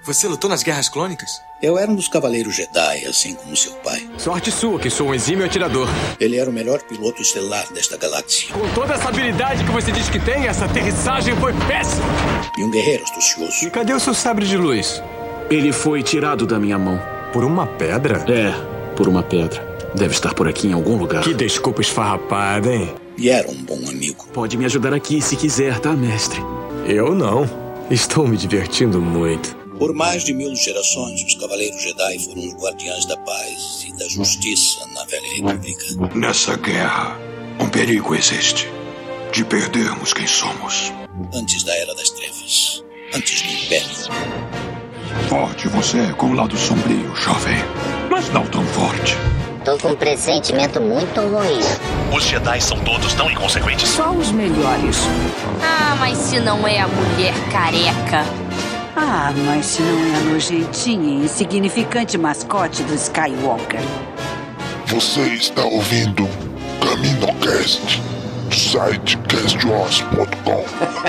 Você lutou nas Guerras Clônicas? Eu era um dos Cavaleiros Jedi, assim como seu pai. Sorte sua, que sou um exímio atirador. Ele era o melhor piloto estelar desta galáxia. Com toda essa habilidade que você diz que tem, essa aterrissagem foi péssima. E um guerreiro astucioso. E cadê o seu sabre de luz? Ele foi tirado da minha mão. Por uma pedra? É, por uma pedra. Deve estar por aqui em algum lugar. Que desculpa esfarrapada, hein? E era um bom amigo. Pode me ajudar aqui se quiser, tá, mestre? Eu não. Estou me divertindo muito. Por mais de 1000 gerações, os Cavaleiros Jedi foram os guardiães da paz e da justiça na Velha República. Nessa guerra, um perigo existe. De perdermos quem somos. Antes da Era das Trevas. Antes do Império. Forte você é com o lado sombrio, jovem. Mas não tão forte. Tô com um pressentimento muito ruim. Os Jedi são todos tão inconsequentes. Só os melhores. Ah, mas se não é a mulher careca... Ah, mas se não é a nojentinha e insignificante mascote do Skywalker. Você está ouvindo CaminoCast, do site castwars.com.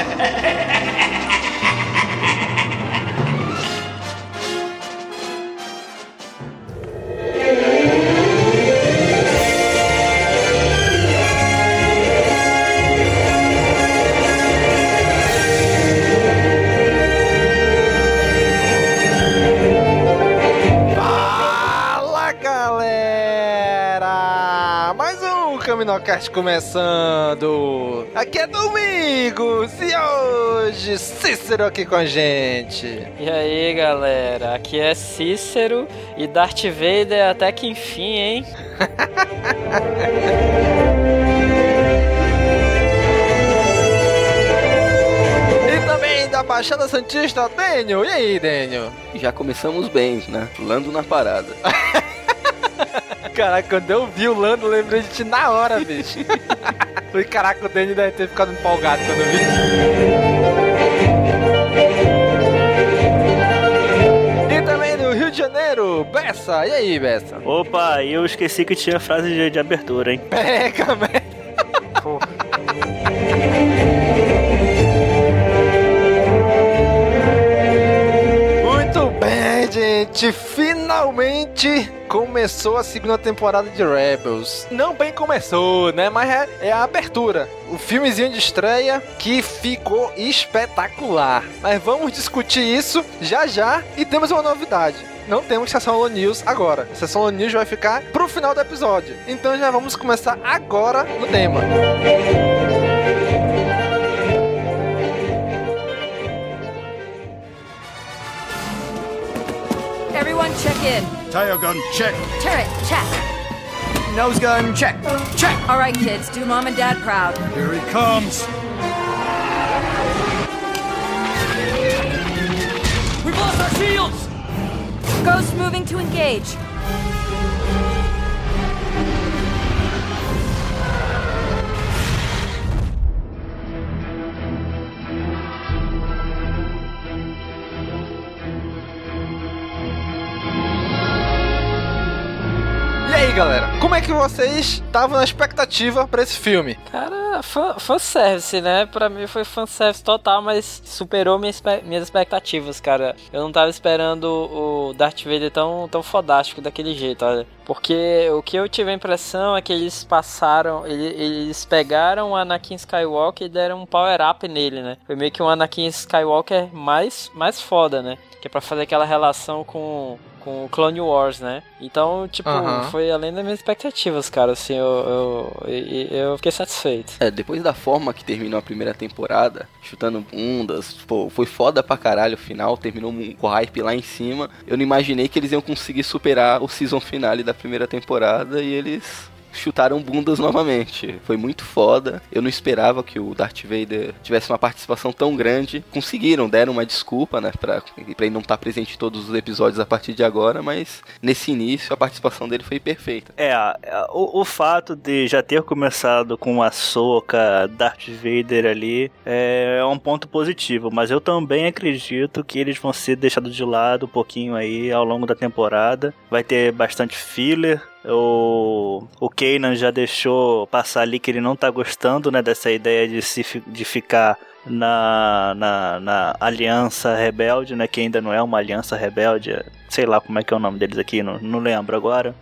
CaminoCast começando! Aqui é Domingos e hoje Cícero aqui com a gente. E aí galera, aqui é Cícero e Darth Vader até que enfim, hein? E também da Baixada Santista, Daniel. E aí, Daniel? Já começamos bem, né? Lando na parada. Caraca, quando eu vi o Lando, eu lembrei de ti na hora, bicho. Falei, caraca, o Danny deve ter ficado empolgado quando eu vi. E também do Rio de Janeiro, Bessa. E aí, Bessa? Opa, eu esqueci que tinha frase de abertura, hein? Pega, merda. Muito bem, gente. Finalmente começou a segunda temporada de Rebels. Não bem começou, né? Mas é a abertura. O filmezinho de estreia que ficou espetacular. Mas vamos discutir isso já já. E temos uma novidade. Não temos sessão Holo News agora. A sessão Holo News vai ficar pro final do episódio. Então já vamos começar agora no tema. Everyone check in. Tire gun, check. Turret, check. Nose gun, check. Check. All right, kids, do Mom and Dad proud. Here he comes. We've lost our shields! Ghost moving to engage. E aí, galera, como é que vocês estavam na expectativa pra esse filme? Cara, fanservice, né? Pra mim foi fanservice total, mas superou minhas expectativas, cara. Eu não tava esperando o Darth Vader tão fodástico daquele jeito, olha. Porque o que eu tive a impressão é que eles passaram, eles pegaram o Anakin Skywalker e deram um power-up nele, né? Foi meio que um Anakin Skywalker mais foda, né? Que é pra fazer aquela relação com o Clone Wars, né? Então, tipo, foi além das minhas expectativas, cara, assim, eu fiquei satisfeito. Depois da forma que terminou a primeira temporada, chutando bundas, pô, foi foda pra caralho o final, terminou com o hype lá em cima. Eu não imaginei que eles iam conseguir superar o season finale da primeira temporada e eles chutaram bundas novamente. Foi muito foda. Eu não esperava que o Darth Vader tivesse uma participação tão grande. Conseguiram, deram uma desculpa, né, pra ele não estar presente em todos os episódios a partir de agora, mas nesse início a participação dele foi perfeita. O fato de já ter começado com a Ahsoka, Darth Vader ali, é um ponto positivo, mas eu também acredito que eles vão ser deixados de lado um pouquinho aí ao longo da temporada. Vai ter bastante filler. O Kanan já deixou passar ali que ele não tá gostando, né, dessa ideia de ficar na Aliança Rebelde, né? Que ainda não é uma Aliança Rebelde, sei lá como é que é o nome deles aqui, não lembro agora.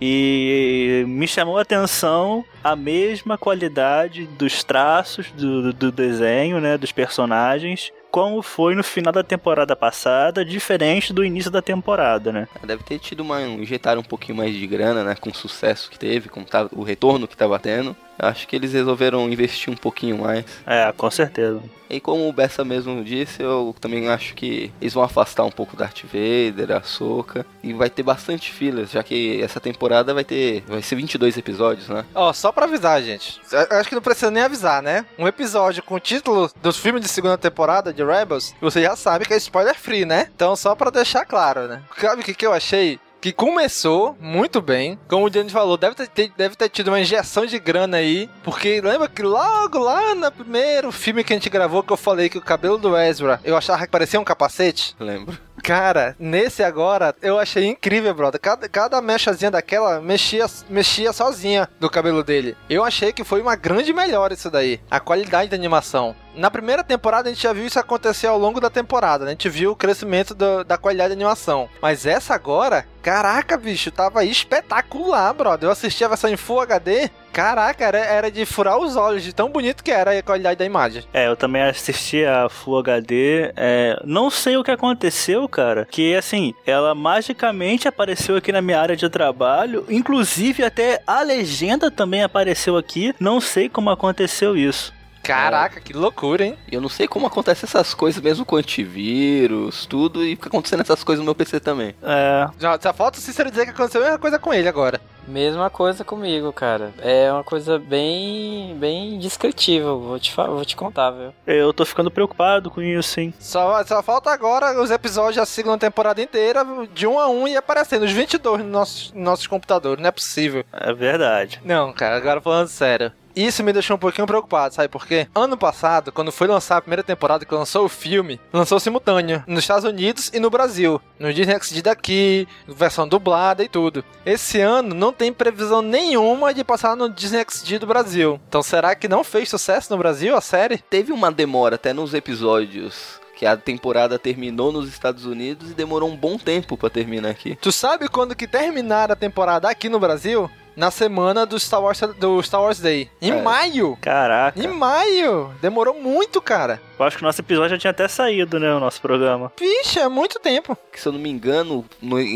E me chamou a atenção a mesma qualidade dos traços do desenho, né? Dos personagens, como foi no final da temporada passada, diferente do início da temporada, né? Deve ter tido injetaram um pouquinho mais de grana, né? Com o sucesso que teve, com o retorno que tava tendo. Acho que eles resolveram investir um pouquinho mais. Com certeza. E como o Bessa mesmo disse, eu também acho que eles vão afastar um pouco Darth Vader, a Ahsoka. E vai ter bastante filas, já que essa temporada vai ser 22 episódios, né? Só pra avisar, gente. Eu acho que não precisa nem avisar, né? Um episódio com o título dos filmes de segunda temporada de Rebels, você já sabe que é spoiler free, né? Então só pra deixar claro, né? Sabe o que eu achei? Que começou muito bem. Como o Gianni falou, deve ter tido uma injeção de grana aí. Porque lembra que logo lá no primeiro filme que a gente gravou, que eu falei que o cabelo do Ezra, eu achava que parecia um capacete? Lembro. Cara, nesse agora, eu achei incrível, brother. Cada mechazinha daquela mexia sozinha do cabelo dele. Eu achei que foi uma grande melhora isso daí. A qualidade da animação. Na primeira temporada, a gente já viu isso acontecer ao longo da temporada, né? A gente viu o crescimento da qualidade da animação. Mas essa agora, caraca, bicho, tava espetacular, brother. Eu assisti a versão em Full HD... Caraca, era de furar os olhos, de tão bonito que era a qualidade da imagem. Eu também assisti a Full HD, não sei o que aconteceu, cara, que assim, ela magicamente apareceu aqui na minha área de trabalho, inclusive até a legenda também apareceu aqui, não sei como aconteceu isso. Caraca, que loucura, hein? Eu não sei como acontece essas coisas mesmo com antivírus, tudo, e fica acontecendo essas coisas no meu PC também. Só falta o Cícero dizer que aconteceu a mesma coisa com ele agora. Mesma coisa comigo, cara. É uma coisa bem descritível, vou te contar, viu? Eu tô ficando preocupado com isso, hein? Só falta agora os episódios da segunda temporada inteira, de 1 a 1, e aparecendo os 22 nos nossos computadores, não é possível. É verdade. Não, cara, agora falando sério. Isso me deixou um pouquinho preocupado, sabe por quê? Ano passado, quando foi lançar a primeira temporada, que lançou o filme, lançou simultâneo nos Estados Unidos e no Brasil. No Disney XD daqui, versão dublada e tudo. Esse ano não tem previsão nenhuma de passar no Disney XD do Brasil. Então será que não fez sucesso no Brasil, a série? Teve uma demora até nos episódios... que a temporada terminou nos Estados Unidos e demorou um bom tempo pra terminar aqui. Tu sabe quando que terminaram a temporada aqui no Brasil? Na semana do Star Wars Day. Em maio! Caraca! Em maio! Demorou muito, cara. Eu acho que o nosso episódio já tinha até saído, né? O nosso programa. Vixe, é muito tempo. Que, se eu não me engano,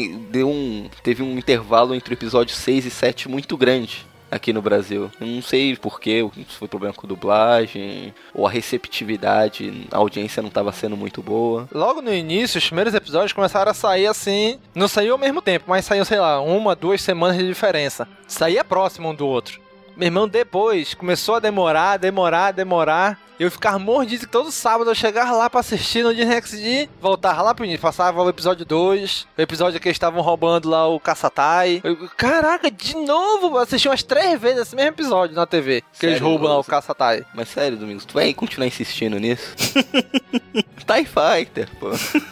teve um intervalo entre o episódio 6 e 7 muito grande aqui no Brasil. Eu não sei porquê, se foi problema com dublagem, ou a receptividade, a audiência não estava sendo muito boa. Logo no início, os primeiros episódios começaram a sair assim, não saiu ao mesmo tempo, mas saiu, sei lá, 1, 2 semanas de diferença. Saía próximo um do outro. Meu irmão, depois, começou a demorar. Eu ficava mordido que todo sábado eu chegava lá pra assistir no Disney XD, voltava lá pro início, passava o episódio 2, o episódio que eles estavam roubando lá o Caçatai. Caraca, de novo, eu assisti umas 3 vezes esse mesmo episódio na TV, que sério, eles roubam lá o Caçatai. Mas sério, Domingos, tu vai continuar insistindo nisso? TIE Fighter, pô.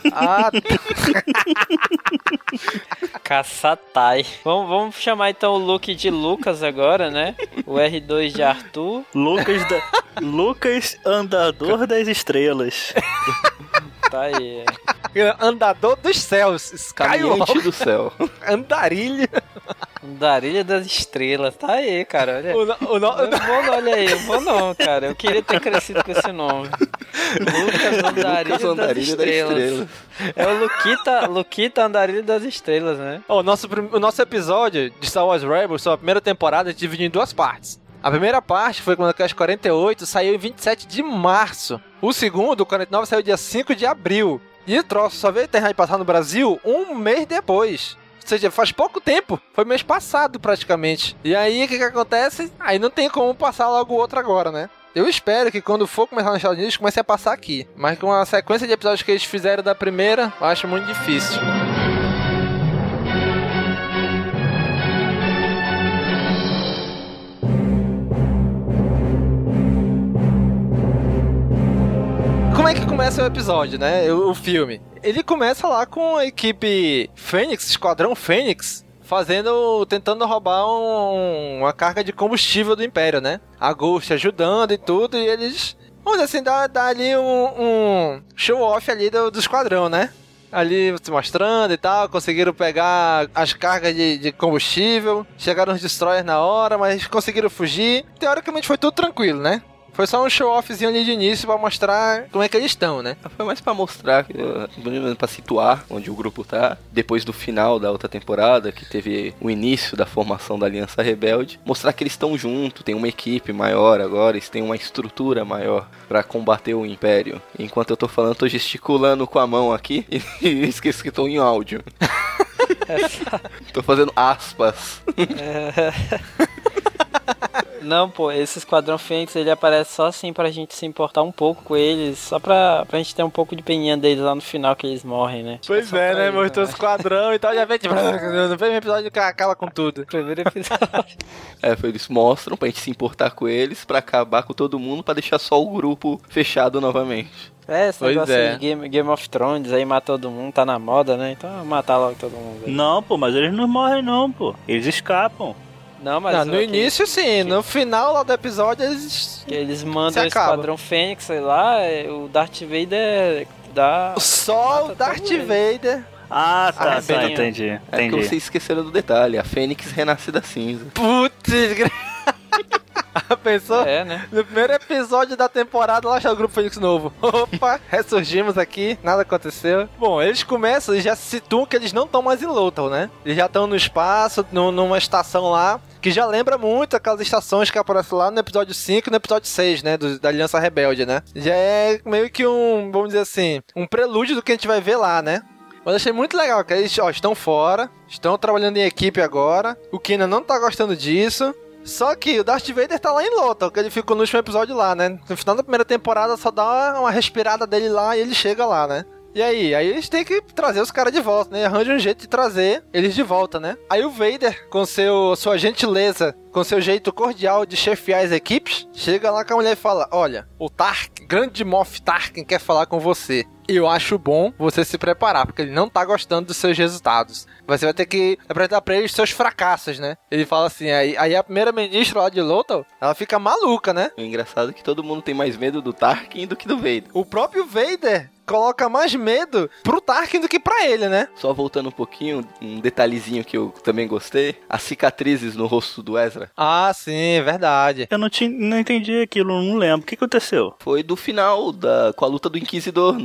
Caçatai. Vamos chamar então o Luke de Lucas agora, né? O R2 de Arthur. Lucas Andador das Estrelas. Tá aí. Andador dos céus. Caminhante do céu. Andarilho. Andarilho das Estrelas. Tá aí, cara. Olha. Olha aí, eu vou não, cara. Eu queria ter crescido com esse nome. Lucas Andarilho das Estrelas. É o Luquita Andarilho das Estrelas, né? O nosso episódio de Star Wars Rebels, a primeira temporada, dividiu em 2 partes. A primeira parte foi quando a Cast 48 saiu em 27 de março. O segundo, o 49, saiu dia 5 de abril. E o troço só veio terminar de passar no Brasil um mês depois. Ou seja, faz pouco tempo. Foi mês passado, praticamente. E aí, o que acontece? Aí não tem como passar logo o outro agora, né? Eu espero que quando for começar nos Estados Unidos, comece a passar aqui. Mas com a sequência de episódios que eles fizeram da primeira, eu acho muito difícil. Como é que começa o episódio, né? O filme. Ele começa lá com a equipe Fênix, Esquadrão Fênix, tentando roubar uma carga de combustível do Império, né? A Ghost ajudando e tudo, e eles Vamos dizer assim, dá ali um show-off ali do esquadrão, né? Ali se mostrando e tal, conseguiram pegar as cargas de combustível, chegaram os destroyers na hora, mas conseguiram fugir. Teoricamente foi tudo tranquilo, né? Foi só um show-offzinho ali de início pra mostrar como é que eles estão, né? Foi mais pra mostrar, pra situar onde o grupo tá. Depois do final da outra temporada, que teve o início da formação da Aliança Rebelde. Mostrar que eles estão juntos, tem uma equipe maior agora, eles têm uma estrutura maior pra combater o Império. Enquanto eu tô falando, eu tô gesticulando com a mão aqui e esqueço que tô em áudio. Tô fazendo aspas. Não, pô, esse Esquadrão Fênix, ele aparece só assim pra gente se importar um pouco com eles, só pra gente ter um pouco de peninha deles lá no final que eles morrem, né? Pois é, né? Mostrou o esquadrão e tal, já vem tipo, no primeiro episódio acaba com tudo. Primeiro episódio. Eles mostram pra gente se importar com eles, pra acabar com todo mundo, pra deixar só o grupo fechado novamente. Esse negócio aí de Game of Thrones, aí mata todo mundo, tá na moda, né? Então matar logo todo mundo. Aí. Não, pô, mas eles não morrem não, pô. Eles escapam. Não, mas no início sim, no final lá do episódio eles mandam o Esquadrão Fênix, sei lá, o Darth Vader dá... Só o Darth Vader... Ah, tá, entendi. É que vocês esqueceram do detalhe, a Fênix renasce da cinza. Putz, pensou? É, né? No primeiro episódio da temporada, lá já o grupo Fênix novo. Opa, ressurgimos aqui, nada aconteceu. Bom, eles começam e já se situam que eles não estão mais em Lothal, né? Eles já estão no espaço, numa estação lá, que já lembra muito aquelas estações que aparecem lá no episódio 5 e no episódio 6, né? Da Aliança Rebelde, né? Já é meio que vamos dizer assim, um prelúdio do que a gente vai ver lá, né? Mas achei muito legal, que eles estão fora, estão trabalhando em equipe agora, o Kanan não tá gostando disso, só que o Darth Vader tá lá em Lothal, que ele ficou no último episódio lá, né? No final da primeira temporada só dá uma respirada dele lá e ele chega lá, né? E aí eles têm que trazer os caras de volta, né? Arranjam um jeito de trazer eles de volta, né? Aí o Vader, com sua gentileza, com seu jeito cordial de chefiar as equipes, chega lá com a mulher e fala: olha, o grande Moff Tarkin quer falar com você. E eu acho bom você se preparar, porque ele não tá gostando dos seus resultados. Você vai ter que apresentar pra ele os seus fracassos, né? Ele fala assim, aí a primeira-ministra lá de Lothal, ela fica maluca, né? O engraçado é que todo mundo tem mais medo do Tarkin do que do Vader. O próprio Vader coloca mais medo pro Tarkin do que pra ele, né? Só voltando um pouquinho, um detalhezinho que eu também gostei, as cicatrizes no rosto do Ezra. Ah, sim, verdade. Eu não entendi aquilo, não lembro. O que aconteceu? Foi do final, com a luta do Inquisidor,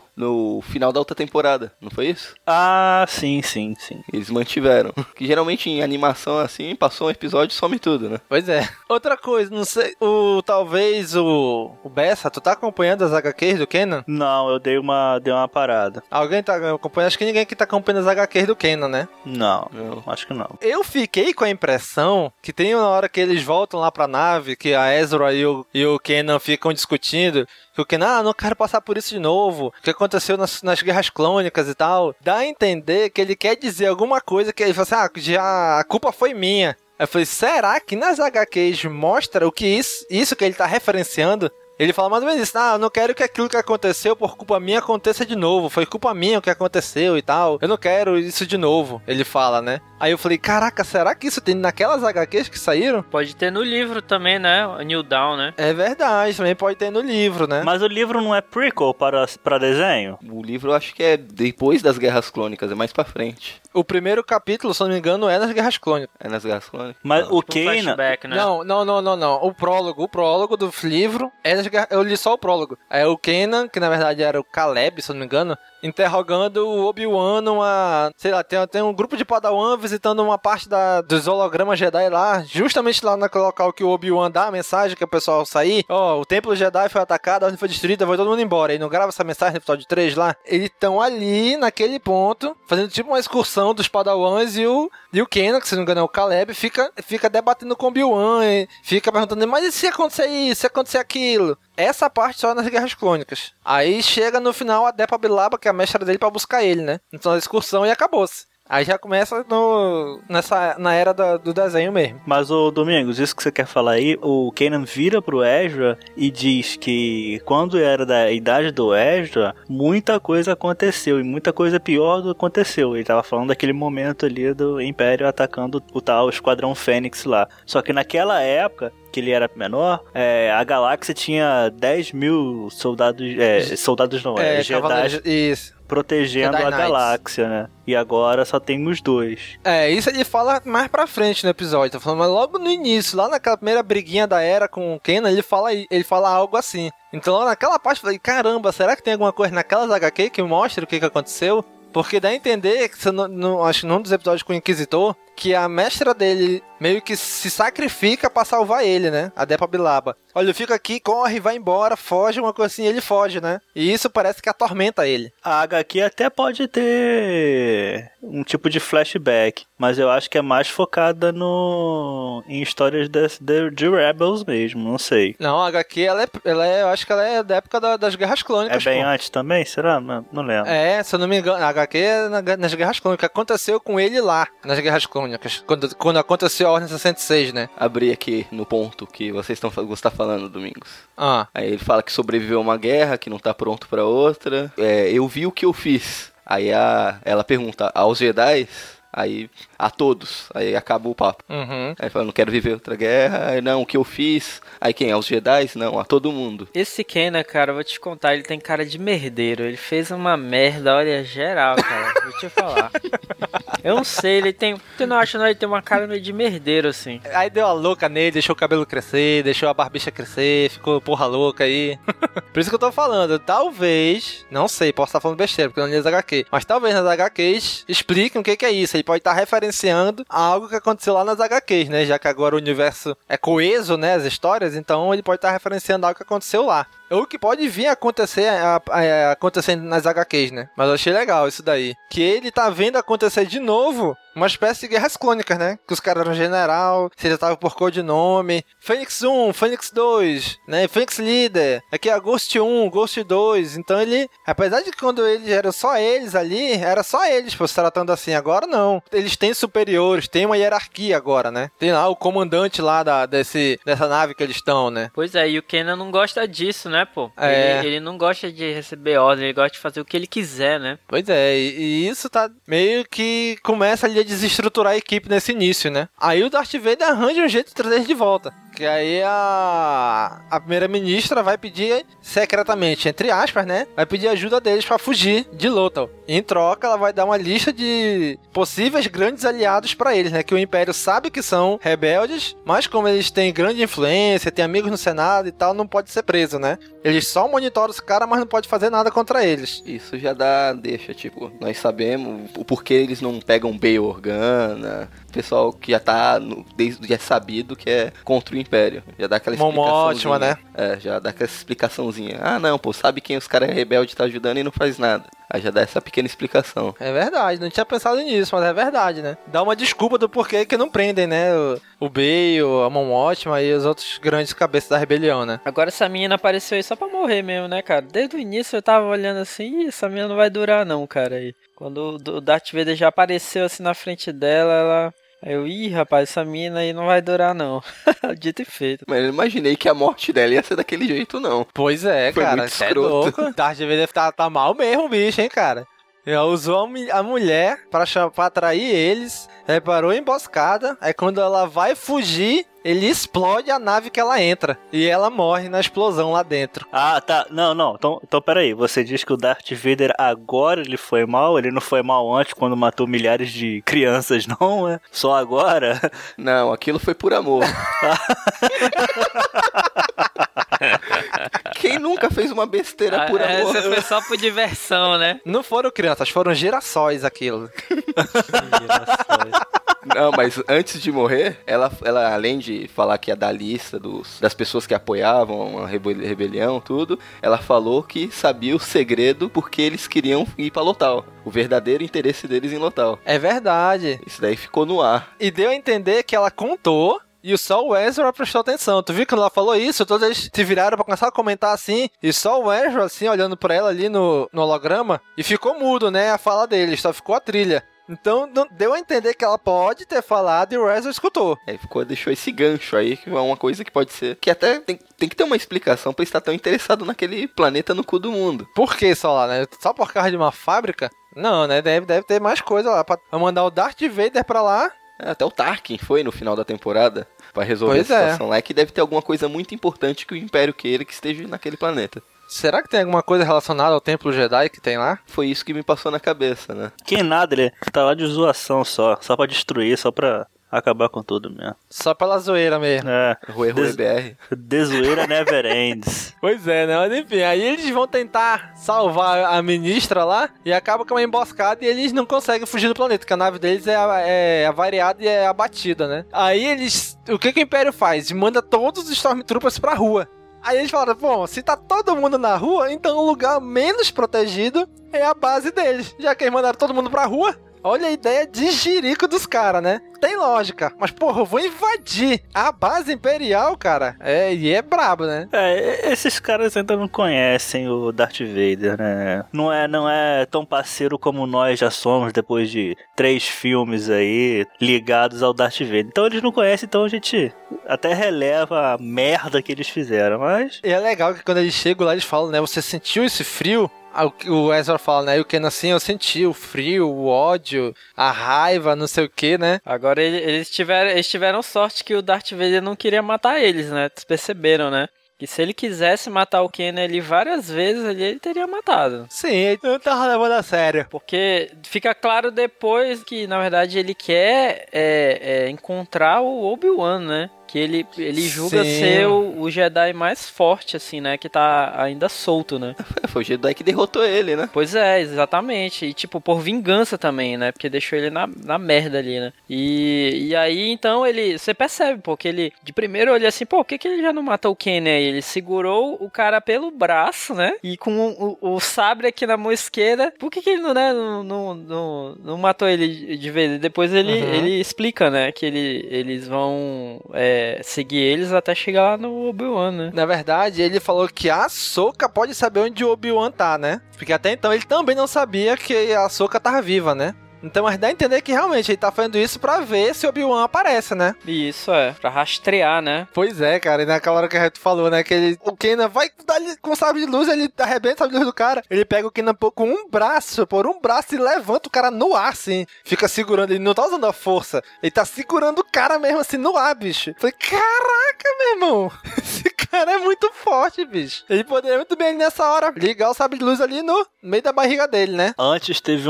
no final da outra temporada, não foi isso? Ah, sim. Eles mantiveram. Que geralmente em animação assim, passou um episódio e some tudo, né? Pois é. Outra coisa, não sei, talvez o Bessa, tu tá acompanhando as HQs do Kanan? Não, eu dei uma parada. Alguém tá acompanhando? Acho que ninguém aqui tá acompanhando as HQs do Kanan, né? Não, acho que não. Eu fiquei com a impressão que tem uma hora que eles voltam lá pra nave, que a Ezra e o Kanan ficam discutindo, que o Kanan, não quero passar por isso de novo, o que aconteceu nas guerras clônicas e tal. Dá a entender que ele quer dizer alguma coisa que ele fala assim, já a culpa foi minha. Aí eu falei, será que nas HQs mostra o que isso que ele tá referenciando? Ele fala mais ou menos isso, eu não quero que aquilo que aconteceu por culpa minha aconteça de novo, foi culpa minha o que aconteceu e tal, eu não quero isso de novo, ele fala, né? Aí eu falei, caraca, será que isso tem naquelas HQs que saíram? Pode ter no livro também, né? O New Dawn, né? É verdade, também pode ter no livro, né? Mas o livro não é prequel para desenho? O livro eu acho que é depois das Guerras Clônicas, é mais pra frente. O primeiro capítulo, se não me engano, é nas Guerras Clônicas. É nas Guerras Clônicas? Mas o Kanan... flashback, né? Não. O prólogo do livro é nas Guerras... Eu li só o prólogo. É o Kanan, que na verdade era o Caleb, se não me engano, interrogando o Obi-Wan numa... Sei lá, tem um grupo de Padawan visitando uma parte dos hologramas Jedi lá, justamente lá no local que o Obi-Wan dá a mensagem que o pessoal sair. O Templo Jedi foi atacado, a ordem foi destruída, vai todo mundo embora. Ele não grava essa mensagem no episódio 3 lá? Eles estão ali, naquele ponto, fazendo tipo uma excursão dos Padawans e o Kanan, que se não me engano é o Caleb, fica debatendo com o Obi-Wan e fica perguntando, mas e se acontecer isso, se acontecer aquilo? Essa parte só nas Guerras Clônicas. Aí chega no final a Depa Bilaba, que é a mestra dele, pra buscar ele, né? Então a excursão e acabou-se. Aí já começa na era do desenho mesmo. Mas, ô Domingos, isso que você quer falar aí, o Kanan vira pro Ezra e diz que quando era da idade do Ezra, muita coisa aconteceu e muita coisa pior aconteceu. Ele tava falando daquele momento ali do Império atacando o tal Esquadrão Fênix lá. Só que naquela época, que ele era menor, a galáxia tinha 10 mil soldados, Jedi, isso, protegendo Jedi a Knights. galáxia, né? E agora só tem os 2. Isso ele fala mais pra frente no episódio, tá falando, mas logo no início, lá naquela primeira briguinha da Era com o Kanan, ele fala algo assim. Então lá naquela parte eu falei, caramba, será que tem alguma coisa naquelas HQ que mostra o que aconteceu? Porque dá a entender, que acho que num dos episódios com o Inquisitor, que a mestra dele meio que se sacrifica pra salvar ele, né? A Depa Bilaba. Olha, eu fico aqui, corre, vai embora, foge, uma coisa assim, ele foge, né? E isso parece que atormenta ele. A HQ até pode ter um tipo de flashback, mas eu acho que é mais focada em histórias de Rebels mesmo, não sei. Não, a HQ, eu acho que ela é da época das Guerras Clônicas. É bem antes também? Será? Não lembro. Se eu não me engano, a HQ é nas Guerras Clônicas. Aconteceu com ele lá, nas Guerras Clônicas. Quando aconteceu a Ordem 66, né? Abri aqui no ponto que você está falando, Domingos. Ah. Aí ele fala que sobreviveu a uma guerra, que não tá pronto pra outra. Eu vi o que eu fiz. Aí ela pergunta, aos Jedi? Aí, a todos. Aí acaba o papo. Uhum. Aí ele fala, não quero viver outra guerra. Aí, não, o que eu fiz? Aí quem? Aos Jedi? Não, a todo mundo. Esse Kanan, cara, eu vou te contar, ele tem cara de merdeiro. Ele fez uma merda, olha, geral, cara. Vou te falar. Eu não sei, ele tem... Eu não acho, não, ele tem uma cara meio de merdeiro, assim. Aí deu a louca nele, deixou o cabelo crescer, deixou a barbicha crescer, ficou porra louca aí. Por isso que eu tô falando, talvez... Não sei, posso estar falando besteira, porque eu não li as HQ. Mas talvez nas HQs expliquem o que é isso. Ele pode estar referenciando algo que aconteceu lá nas HQs, né? Já que agora o universo é coeso, né? As histórias, então ele pode estar referenciando algo que aconteceu lá. Ou que pode vir a acontecer acontecendo nas HQs, né? Mas eu achei legal isso daí. Que ele tá vendo acontecer de novo uma espécie de guerras clônicas, né? Que os caras eram general, se ele tava por codinome. Fênix 1, Fênix 2, né? Fênix Líder. Aqui é Ghost 1, Ghost 2. Então ele, apesar de que quando eles eram só eles ali, era só eles, se tratando assim. Agora não. Eles têm superiores, tem uma hierarquia agora, né? Tem lá o comandante lá dessa nave que eles estão, né? Pois é, e o Kanan não gosta disso, né, pô? Ele não gosta de receber ordem, ele gosta de fazer o que ele quiser, né? Pois é, e isso tá meio que começa ali a desestruturar a equipe nesse início, né? Aí o Darth Vader arranja um jeito de trazer eles de volta. Que aí a primeira-ministra vai pedir secretamente, entre aspas, né? Vai pedir ajuda deles pra fugir de Lothal. Em troca, ela vai dar uma lista de possíveis grandes aliados pra eles, né? Que o Império sabe que são rebeldes, mas como eles têm grande influência, têm amigos no Senado e tal, não pode ser preso, né? Eles só monitoram os caras, mas não pode fazer nada contra eles. Isso já deixa, tipo, nós sabemos o porquê eles não pegam Bail Organa, pessoal que já tá, já é sabido que é contra o Império. Já dá aquela explicaçãozinha. Ótima, né? Já dá aquela explicaçãozinha. Ah, não, pô, sabe quem os caras rebeldes tá ajudando e não faz nada. Aí já dá essa pequena explicação. É verdade, não tinha pensado nisso, mas é verdade, né? Dá uma desculpa do porquê que não prendem, né? O Bale, a Mon Mothma e os outros grandes cabeças da rebelião, né? Agora essa menina apareceu aí só pra morrer mesmo, né, cara? Desde o início eu tava olhando assim, essa menina não vai durar não, cara. Aí quando o Darth Vader já apareceu assim na frente dela, Aí rapaz, essa mina aí não vai durar não. Dito e feito. Mas eu imaginei que a morte dela ia ser daquele jeito, não. Pois é, foi cara. Muito escroto. Louco. Darth Vader tá mal mesmo, bicho, hein, cara. Ela usou a mulher pra atrair eles, preparou a emboscada, aí quando ela vai fugir, ele explode a nave que ela entra. E ela morre na explosão lá dentro. Ah, tá. Não. Então peraí. Você diz que o Darth Vader agora ele foi mal? Ele não foi mal antes quando matou milhares de crianças, não é? Só agora? Não, aquilo foi por amor. Quem nunca fez uma besteira por amor? Essa foi só por diversão, né? Não foram crianças, foram girassóis aquilo. Girassóis. Não, mas antes de morrer, ela além de falar que ia dar a lista das pessoas que apoiavam a rebelião, tudo, ela falou que sabia o segredo porque eles queriam ir pra Lothal. O verdadeiro interesse deles em Lothal. É verdade. Isso daí ficou no ar. E deu a entender que ela contou... E só o Ezra prestou atenção. Tu viu que quando ela falou isso, todos eles se viraram pra começar a comentar assim. E só o Ezra, assim, olhando pra ela ali no holograma. E ficou mudo, né, a fala deles. Só ficou a trilha. Então deu a entender que ela pode ter falado e o Ezra escutou. Deixou esse gancho aí, que é uma coisa que pode ser... Que até tem que ter uma explicação pra estar tão interessado naquele planeta no cu do mundo. Por que só lá, né? Só por causa de uma fábrica? Não, né? Deve ter mais coisa lá. Pra mandar o Darth Vader pra lá. Até o Tarkin foi no final da temporada pra resolver a situação lá. É que deve ter alguma coisa muito importante que o Império queira que esteja naquele planeta. Será que tem alguma coisa relacionada ao Templo Jedi que tem lá? Foi isso que me passou na cabeça, né? Que nada, ele tá lá de zoação só pra destruir, só pra acabar com tudo mesmo. Só pela zoeira mesmo. Rui BR. De zoeira never ends. Pois é, né? Mas enfim, aí eles vão tentar salvar a ministra lá e acaba com uma emboscada e eles não conseguem fugir do planeta, porque a nave deles é avariada e é abatida, né? Aí eles... O que o Império faz? Manda todos os Stormtroopers pra rua. Aí eles falaram, bom, se tá todo mundo na rua, então o lugar menos protegido é a base deles. Já que eles mandaram todo mundo pra rua, olha a ideia de jirico dos caras, né? Tem lógica, mas porra, eu vou invadir a base imperial, cara. E é brabo, né? Esses caras ainda não conhecem o Darth Vader, né? Não é tão parceiro como nós já somos depois de 3 filmes aí ligados ao Darth Vader. Então eles não conhecem, então a gente até releva a merda que eles fizeram, mas... E é legal que quando eles chegam lá, eles falam, né? Você sentiu esse frio? O Ezra fala, né? E o Ken assim, eu senti o frio, o ódio, a raiva, não sei o que, né? Agora eles tiveram sorte que o Darth Vader não queria matar eles, né? Vocês perceberam, né? Que se ele quisesse matar o Ken ali várias vezes, ele teria matado. Sim, ele não tava levando a sério. Porque fica claro depois que, na verdade, ele quer encontrar o Obi-Wan, né? Que ele julga ser o Jedi mais forte, assim, né? Que tá ainda solto, né? Foi o Jedi que derrotou ele, né? Pois é, exatamente. E, tipo, por vingança também, né? Porque deixou ele na merda ali, né? E aí, então, você percebe, pô, que ele... De primeiro, olha assim, pô, por que ele já não matou o Ken aí? Ele segurou o cara pelo braço, né? E com o sabre aqui na mão esquerda. Por que ele não matou ele de vez? Depois ele explica, né? Que eles vão... seguir eles até chegar lá no Obi-Wan, né? Na verdade, ele falou que a Ahsoka pode saber onde o Obi-Wan tá, né? Porque até então ele também não sabia que a Ahsoka tava viva, né? Então, mas dá a entender que realmente ele tá fazendo isso pra ver se o Obi-Wan aparece, né? Isso, pra rastrear, né? Pois é, cara, e naquela hora que a gente falou, né, que o Kanan vai com o sabre de luz, ele arrebenta o sabre de luz do cara, ele pega o Kanan por um braço e levanta o cara no ar, assim, fica segurando, ele não tá usando a força, ele tá segurando o cara mesmo, assim, no ar, bicho. Falei, caraca, meu irmão, esse cara é muito forte, bicho. Ele poderia muito bem, nessa hora, ligar o sabre de luz ali no meio da barriga dele, né? Antes teve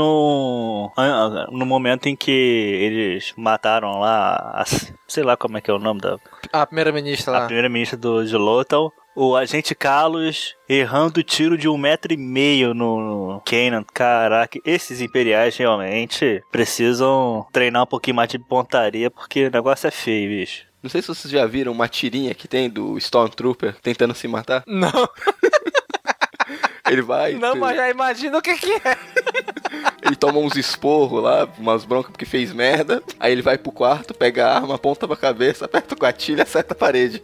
no momento em que eles mataram lá, sei lá como é que é o nome da... A primeira-ministra lá. A primeira-ministra de Lothal. O agente Carlos errando tiro de 1,5 m no Kanan. Caraca, esses imperiais realmente precisam treinar um pouquinho mais de pontaria, porque o negócio é feio, bicho. Não sei se vocês já viram uma tirinha que tem do Stormtrooper tentando se matar. Não. Ele vai... Não, mas já imagina o que é. Ele toma uns esporros lá, umas broncas porque fez merda. Aí ele vai pro quarto, pega a arma, aponta pra cabeça, aperta o gatilho e acerta a parede.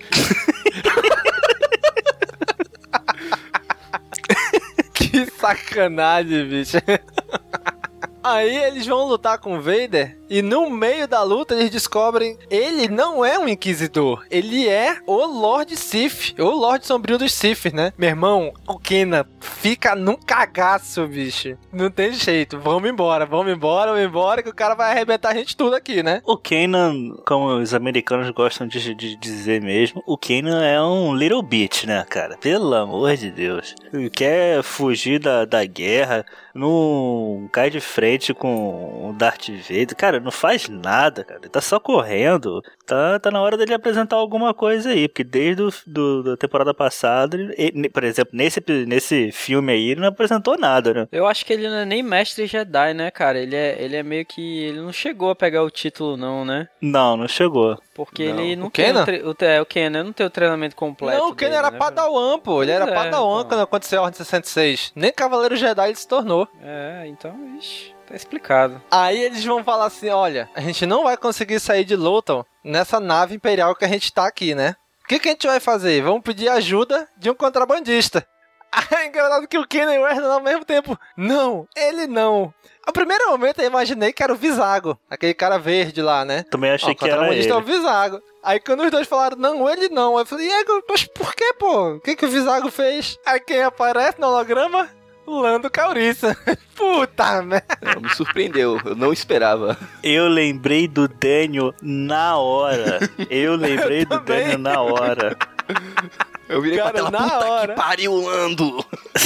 Que sacanagem, bicho. Aí eles vão lutar com o Vader e no meio da luta eles descobrem ele não é um Inquisidor, ele é o Lord Sith, o Lord Sombrio dos Sith, né? Meu irmão, o Kanan fica num cagaço, bicho. Não tem jeito, vamos embora que o cara vai arrebentar a gente tudo aqui, né? O Kanan, como os americanos gostam de dizer mesmo, o Kanan é um little bitch, né, cara? Pelo amor de Deus. Ele quer fugir da guerra, não cai de frente com o Darth Vader. Cara, não faz nada, cara. Ele tá só correndo. Tá na hora dele apresentar alguma coisa aí. Porque desde a temporada passada, por exemplo, nesse filme aí, ele não apresentou nada, né? Eu acho que ele não é nem mestre Jedi, né, cara? Ele é meio que... Ele não chegou a pegar o título, não, né? Não chegou. Porque ele não o tem o Kanan não tem o treinamento completo. Não, o Kanan era Padawan, pô. Ele era Padawan quando aconteceu a Ordem 66. Nem Cavaleiro Jedi ele se tornou. Então, ixi, tá explicado. Aí eles vão falar assim, olha, a gente não vai conseguir sair de Lothal nessa nave imperial que a gente tá aqui, né? O que a gente vai fazer? Vamos pedir ajuda de um contrabandista. É engraçado que o Kanan e o Ezra ao mesmo tempo. Não, ele não. No primeiro momento eu imaginei que era o Vizago, aquele cara verde lá, né? Também achei que era ele. É o Vizago. Aí quando os dois falaram, não, ele não. Eu falei, mas por que, pô? O que o Vizago fez? Aí quem aparece no holograma? Lando Calrissian. Puta merda. Me surpreendeu, eu não esperava. Eu lembrei do Daniel na hora. Eu virei cara, pra tela, na puta hora. que pariu, Lando.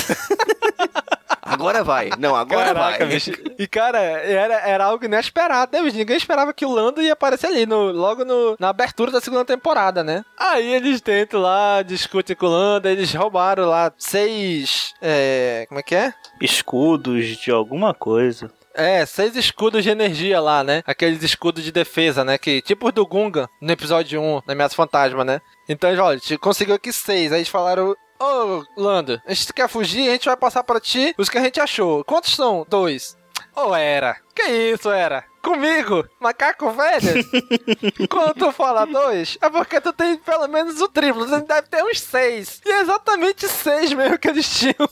Agora vai. Não, agora Caraca, vai. Bicho. E, cara, era algo inesperado, né, bicho? Ninguém esperava que o Lando ia aparecer ali, logo na abertura da segunda temporada, né? Aí eles tentam lá, discutem com o Lando, eles roubaram lá 6... como é que é? Escudos de alguma coisa. 6 escudos de energia lá, né? Aqueles escudos de defesa, né? Que, tipo os do Gunga, no episódio 1, da Ameaça Fantasma, né? Então, olha, a gente conseguiu aqui 6. Aí eles falaram... Ô, Lando, a gente quer fugir, a gente vai passar pra ti os que a gente achou. Quantos são? 2. Era. Que isso, Era? Comigo? Macaco velho? Quando tu fala 2, é porque tu tem pelo menos o triplo. Você deve ter uns 6. E é exatamente 6 mesmo que eles tinham.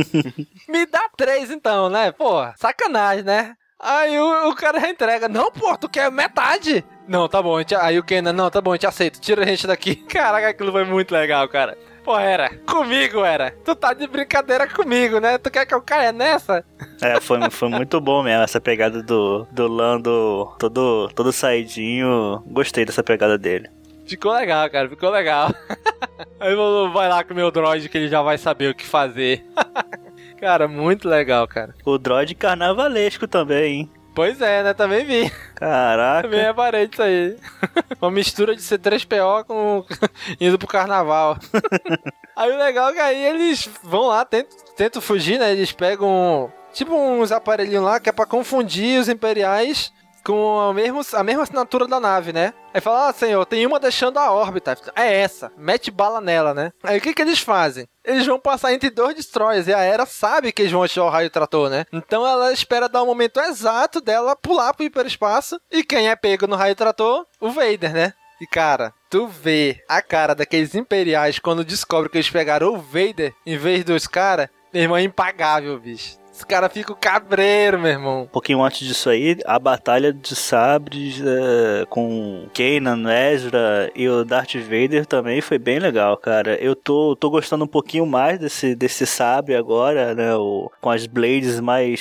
Me dá 3 então, né? Pô, sacanagem, né? Aí o cara já entrega. Não, pô, tu quer metade? Não, tá bom. Aí o Kanan, não, tá bom, a gente aceita. Tira a gente daqui. Caraca, aquilo foi muito legal, cara. Pô, Era, comigo, Era. Tu tá de brincadeira comigo, né? Tu quer que eu caia nessa? Foi muito bom mesmo essa pegada do Lando todo saidinho. Gostei dessa pegada dele. Ficou legal, cara, ficou legal. Aí vai lá com o meu droid que ele já vai saber o que fazer. Cara, muito legal, cara. O droid carnavalesco também, hein? Pois é, né? Também vi. Caraca. Também reparei disso aí. Uma mistura de C3PO com indo pro carnaval. Aí o legal é que aí eles vão lá, tentam fugir, né? Eles pegam tipo uns aparelhinhos lá que é pra confundir os imperiais com a mesma assinatura da nave, né? Aí fala, senhor, tem uma deixando a órbita. É essa. Mete bala nela, né? Aí o que eles fazem? Eles vão passar entre 2 destroyers e a Hera sabe que eles vão atirar o raio trator, né? Então ela espera dar o momento exato dela pular pro hiperespaço. E quem é pego no raio trator? O Vader, né? E cara, tu vê a cara daqueles imperiais quando descobre que eles pegaram o Vader em vez dos caras, meu irmão, é impagável, bicho. Os caras ficam cabreiro, meu irmão. Um pouquinho antes disso aí, a batalha de sabres com Kanan, Ezra e o Darth Vader também foi bem legal, cara. Eu tô gostando um pouquinho mais desse sabre agora, né? Com as blades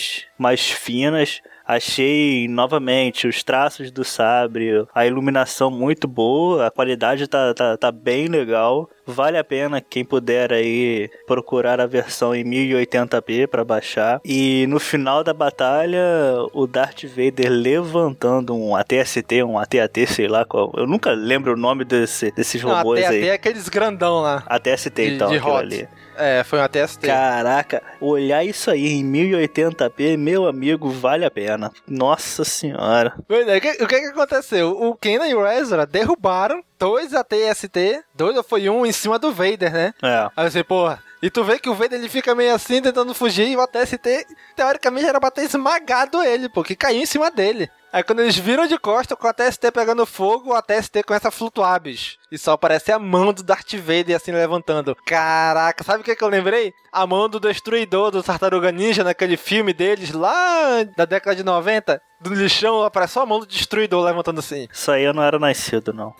mais finas. Achei, novamente, os traços do sabre, a iluminação muito boa, a qualidade tá bem legal. Vale a pena quem puder aí procurar a versão em 1080p para baixar. E no final da batalha, o Darth Vader levantando um AT-ST, um AT-AT, sei lá qual. Eu nunca lembro o nome desses robôs aí. AT-AT é aqueles grandão lá. AT-ST então, de aquilo hot. ali. Foi um AT-ST. Caraca, olhar isso aí em 1080p, meu amigo, vale a pena. Nossa senhora. O que aconteceu? O Kanan e o Ezra derrubaram 2 AT-ST, 2 ou foi um em cima do Vader, né? Aí você, porra, e tu vê que o Vader ele fica meio assim, tentando fugir, e o AT-ST, teoricamente, era pra ter esmagado ele, porque caiu em cima dele. Aí quando eles viram de costa, com o AT-ST pegando fogo, o AT-ST começa a flutuar, bicho. E só aparece a mão do Darth Vader assim levantando. Caraca, sabe o que eu lembrei? A mão do Destruidor do Tartaruga Ninja, naquele filme deles lá da década de 90. Do lixão, aparece só a mão do Destruidor levantando assim. Isso aí eu não era nascido, não.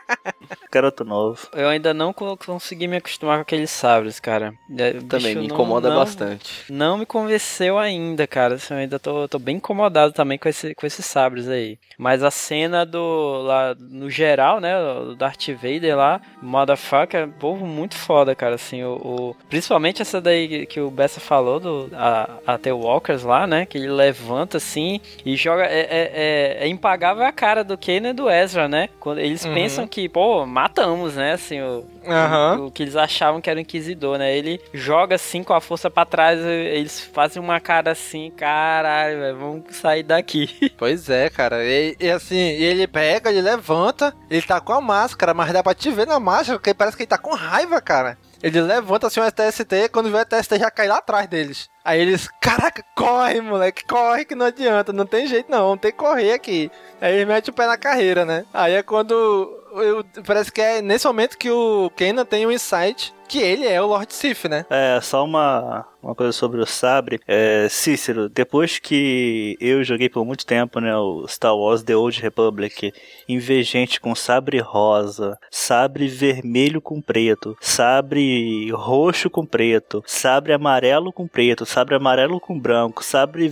Garoto novo. Eu ainda não consegui me acostumar com aqueles sabres, cara. Também me incomoda bastante. Não me convenceu ainda, cara. Assim, eu ainda tô bem incomodado também com esses sabres aí. Mas a cena lá, no geral, né, o Darth Vader lá, motherfucker, povo muito foda, cara, assim, principalmente essa daí que o Bessa falou, a The Walkers lá, né, que ele levanta assim e joga, é impagável a cara do Kanan e do Ezra, né, quando eles pensam que, pô, matamos, né, assim, o que eles achavam que era o Inquisidor, né, ele joga assim com a força pra trás, eles fazem uma cara assim, caralho, véio, vamos sair daqui. Pois é, cara, e assim, ele pega, ele levanta, ele tá com a máscara, mas dá pra te ver na máscara, porque parece que ele tá com raiva, cara. Ele levanta assim um AT-ST, quando vê o AT-ST já cai lá atrás deles. Aí eles, caraca, corre, moleque, corre que não adianta, não tem jeito não, tem que correr aqui. Aí eles metem o pé na carreira, né? Aí é quando, parece que é nesse momento que o Kanan tem um insight que ele é o Lord Sith, né? Só uma coisa sobre o sabre. Cícero, depois que eu joguei por muito tempo, né, o Star Wars The Old Republic, em ver gente com sabre rosa, sabre vermelho com preto, sabre roxo com preto, sabre amarelo com preto, sabre amarelo com branco, sabre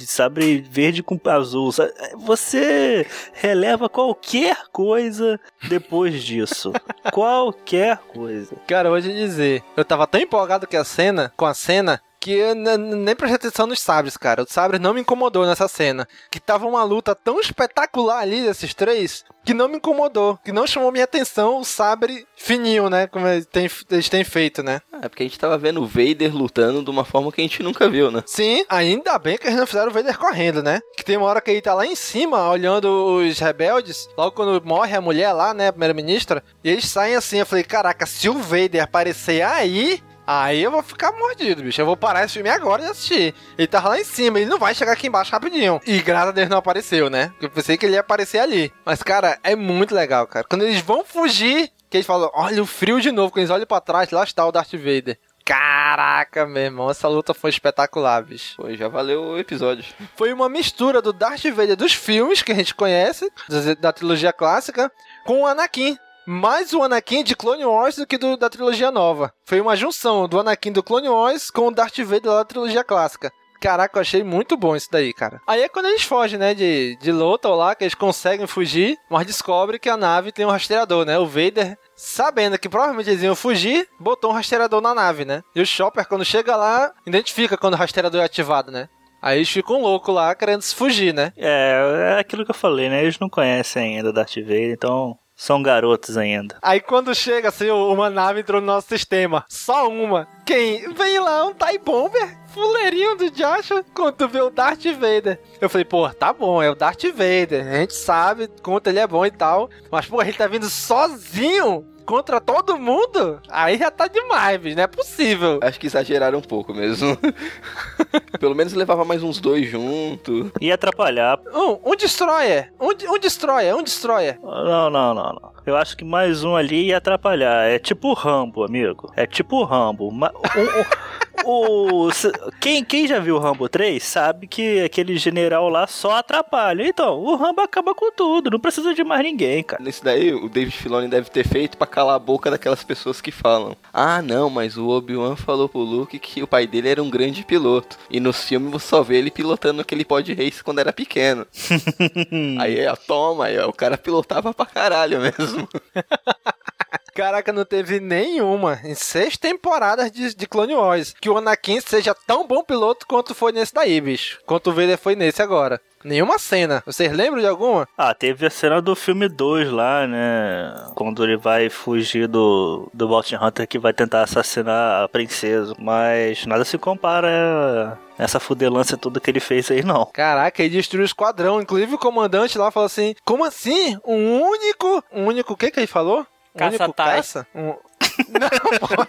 verde com azul, você releva qualquer coisa depois disso. Qualquer coisa. Cara, eu vou te dizer, eu tava tão empolgado com a cena, que eu nem prestei atenção nos sabres, cara. O sabre não me incomodou nessa cena. Que tava uma luta tão espetacular ali desses três, que não me incomodou, que não chamou minha atenção o sabre fininho, né? Como eles têm feito, né? É porque a gente tava vendo o Vader lutando de uma forma que a gente nunca viu, né? Sim, ainda bem que eles não fizeram o Vader correndo, né? Que tem uma hora que ele tá lá em cima, olhando os rebeldes, logo quando morre a mulher lá, né? A primeira-ministra, e eles saem assim. Eu falei, caraca, se o Vader aparecer aí eu vou ficar mordido, bicho. Eu vou parar esse filme agora e assistir. Ele tava lá em cima, ele não vai chegar aqui embaixo rapidinho. E graças a Deus não apareceu, né? Eu pensei que ele ia aparecer ali. Mas, cara, é muito legal, cara. Quando eles vão fugir, que eles falam, olha o frio de novo. Quando eles olham pra trás, lá está o Darth Vader. Caraca, meu irmão, essa luta foi espetacular, bicho. Pô, já valeu o episódio. Foi uma mistura do Darth Vader dos filmes que a gente conhece, da trilogia clássica, com o Anakin. Mais o Anakin de Clone Wars do que da trilogia nova. Foi uma junção do Anakin do Clone Wars com o Darth Vader da trilogia clássica. Caraca, eu achei muito bom isso daí, cara. Aí é quando eles fogem, né, de Lothal lá, que eles conseguem fugir, mas descobrem que a nave tem um rastreador, né? O Vader, sabendo que provavelmente eles iam fugir, botou um rastreador na nave, né? E o Chopper, quando chega lá, identifica quando o rastreador é ativado, né? Aí eles ficam loucos lá, querendo se fugir, né? É aquilo que eu falei, né? Eles não conhecem ainda o Darth Vader, então são garotos ainda. Aí quando chega assim, uma nave entrou no nosso sistema. Só uma. Quem? Vem lá um TIE Bomber, fuleirinho do Joshua, quando tu vê o Darth Vader. Eu falei, pô, tá bom, é o Darth Vader. A gente sabe quanto ele é bom e tal. Mas, pô, ele tá vindo sozinho contra todo mundo? Aí já tá demais, bicho. Não é possível. Acho que exageraram um pouco mesmo. Pelo menos levava mais uns 2 junto. Ia atrapalhar. Um Destroyer. Um Destroyer. Não. Eu acho que mais um ali ia atrapalhar. É tipo o Rambo, amigo. É tipo o Rambo. Quem já viu o Rambo 3 sabe que aquele general lá só atrapalha. Então, o Rambo acaba com tudo. Não precisa de mais ninguém, cara. Nesse daí, o David Filoni deve ter feito pra calar a boca daquelas pessoas que falam: ah, não, mas o Obi-Wan falou pro Luke que o pai dele era um grande piloto. E no filme você só vê ele pilotando aquele pod race quando era pequeno. Aí, o cara pilotava pra caralho mesmo. Caraca, não teve nenhuma em 6 temporadas de Clone Wars que o Anakin seja tão bom piloto quanto foi nesse daí, bicho. Quanto o Vader foi nesse agora. Nenhuma cena. Vocês lembram de alguma? Ah, teve a cena do filme 2 lá, né? Quando ele vai fugir do Bounty Hunter que vai tentar assassinar a princesa. Mas nada se compara a essa fudelância toda que ele fez aí, não. Caraca, ele destruiu o esquadrão. Inclusive o comandante lá falou assim, como assim? Um único... O que ele falou? Caça-caça? Não, pô,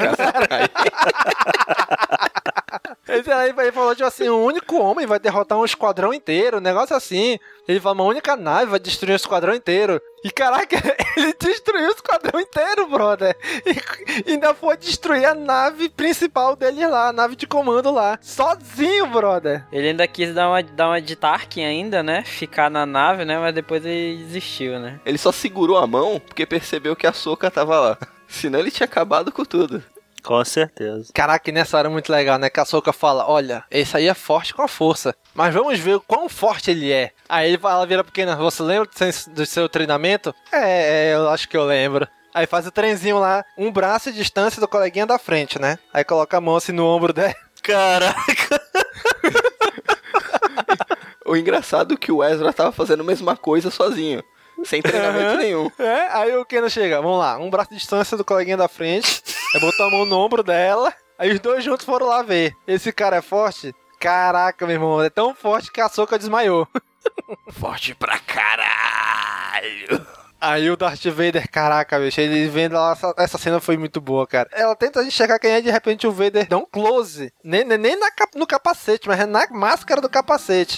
ele falou, tipo assim, um único homem vai derrotar um esquadrão inteiro, um negócio assim. Ele falou, uma única nave vai destruir o esquadrão inteiro. E caraca, ele destruiu o esquadrão inteiro, brother. E ainda foi destruir a nave principal dele lá, a nave de comando lá. Sozinho, brother. Ele ainda quis dar uma de Tarkin ainda, né? Ficar na nave, né? Mas depois ele desistiu, né? Ele só segurou a mão porque percebeu que a Ahsoka tava lá. Senão ele tinha acabado com tudo. Com certeza. Caraca, e nessa hora é muito legal, né? Que a Ahsoka fala, olha, esse aí é forte com a força, mas vamos ver o quão forte ele é. Aí ela vira pequena, você lembra do seu treinamento? Eu acho que eu lembro. Aí faz o trenzinho lá, um braço de distância do coleguinha da frente, né? Aí coloca a mão assim no ombro dela. Caraca! O engraçado é que o Ezra tava fazendo a mesma coisa sozinho. Sem treinamento nenhum. Aí o Kenan chega, vamos lá, um braço de distância do coleguinha da frente, aí botou a mão no ombro dela, aí os dois juntos foram lá ver. Esse cara é forte? Caraca, meu irmão, é tão forte que a Ahsoka desmaiou. Forte pra caralho. Aí o Darth Vader, caraca, bicho, ele vendo lá, essa cena foi muito boa, cara. Ela tenta enxergar quem é, de repente o Vader dá um close, nem no capacete, mas é na máscara do capacete.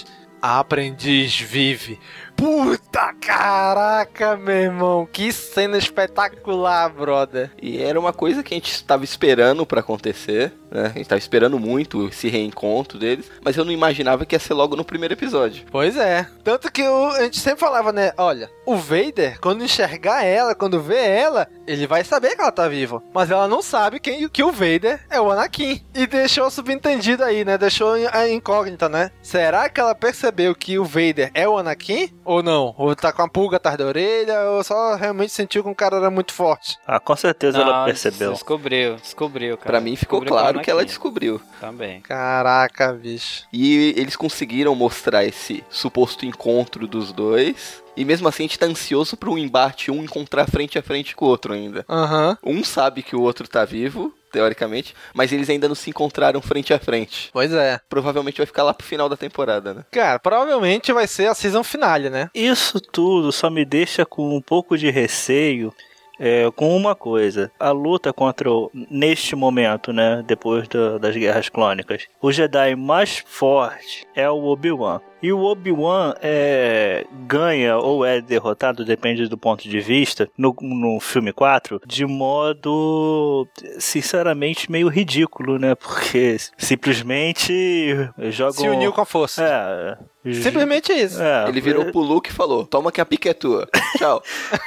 A aprendiz vive. Puta caraca, meu irmão. Que cena espetacular, brother. E era uma coisa que a gente estava esperando pra acontecer, né? A gente estava esperando muito esse reencontro deles, mas eu não imaginava que ia ser logo no primeiro episódio. Pois é. Tanto que a gente sempre falava, né? Olha, o Vader, quando enxergar ela, quando vê ela, ele vai saber que ela tá viva. Mas ela não sabe que o Vader é o Anakin. E deixou subentendido aí, né? Deixou a incógnita, né? Será que ela percebeu que o Vader é o Anakin? Ou não? Ou tá com a pulga atrás da orelha? Ou só realmente sentiu que o cara era muito forte? Ah, com certeza Não, ela percebeu. Descobriu, cara. Pra mim ficou claro que ela descobriu. Também. Caraca, bicho. E eles conseguiram mostrar esse suposto encontro dos dois. E mesmo assim a gente tá ansioso pro embate, um encontrar frente a frente com o outro ainda. Um sabe que o outro tá vivo, teoricamente, mas eles ainda não se encontraram frente a frente. Pois é. Provavelmente vai ficar lá pro final da temporada, né? Cara, provavelmente vai ser a season finale, né? Isso tudo só me deixa com um pouco de receio. Com uma coisa, a luta contra neste momento, né, depois das Guerras Clônicas, o Jedi mais forte é o Obi-Wan. E o Obi-Wan ganha ou é derrotado, depende do ponto de vista, no filme 4, de modo, sinceramente, meio ridículo, né? Porque simplesmente jogam... Se uniu com a força. Simplesmente isso. Ele virou pro Luke e falou, toma que a pica é tua. Tchau.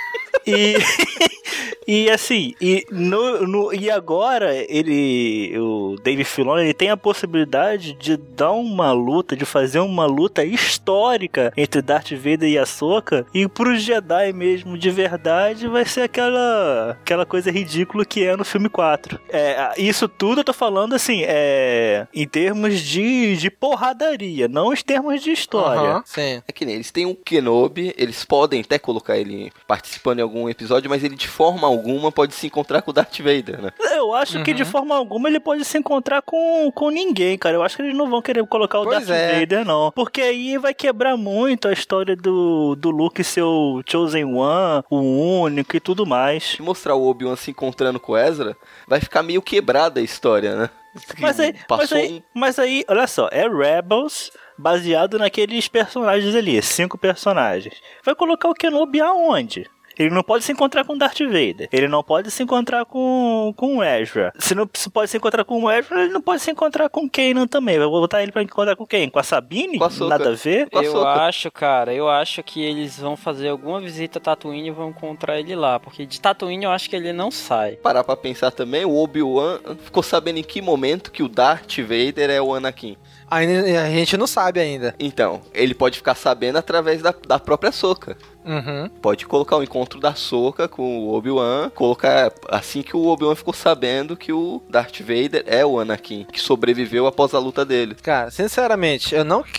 E assim, e agora o Dave Filoni, ele tem a possibilidade de dar uma luta, de fazer uma luta histórica entre Darth Vader e Ahsoka, e pros Jedi mesmo, de verdade, vai ser aquela coisa ridícula que é no filme 4. Isso tudo eu tô falando assim, em termos de porradaria, não em termos de história. Sim. É que nem eles têm um Kenobi, eles podem até colocar ele participando em algum episódio, mas ele de forma alguma pode se encontrar com o Darth Vader, né? Eu acho que de forma alguma ele pode se encontrar com ninguém, cara. Eu acho que eles não vão querer colocar o Darth Vader, não. Porque aí vai quebrar muito a história do Luke ser o Chosen One, o único e tudo mais. Se mostrar o Obi-Wan se encontrando com o Ezra, vai ficar meio quebrada a história, né? Mas aí, olha só, é Rebels baseado naqueles personagens ali, 5 personagens. Vai colocar o Kenobi aonde? Ele não pode se encontrar com Darth Vader. Ele não pode se encontrar com o Ezra. Se não pode se encontrar com o Ezra, ele não pode se encontrar com o Kanan também. Vai botar ele pra encontrar com quem? Com a Sabine? Com a Ahsoka. Nada a ver? Eu acho que eles vão fazer alguma visita a Tatooine e vão encontrar ele lá. Porque de Tatooine eu acho que ele não sai. Parar pra pensar também, o Obi-Wan ficou sabendo em que momento que o Darth Vader é o Anakin. A gente não sabe ainda. Então, ele pode ficar sabendo através da própria Ahsoka. Pode colocar o encontro da Ahsoka com o Obi-Wan, colocar assim que o Obi-Wan ficou sabendo que o Darth Vader é o Anakin, que sobreviveu após a luta dele. Cara, sinceramente, eu não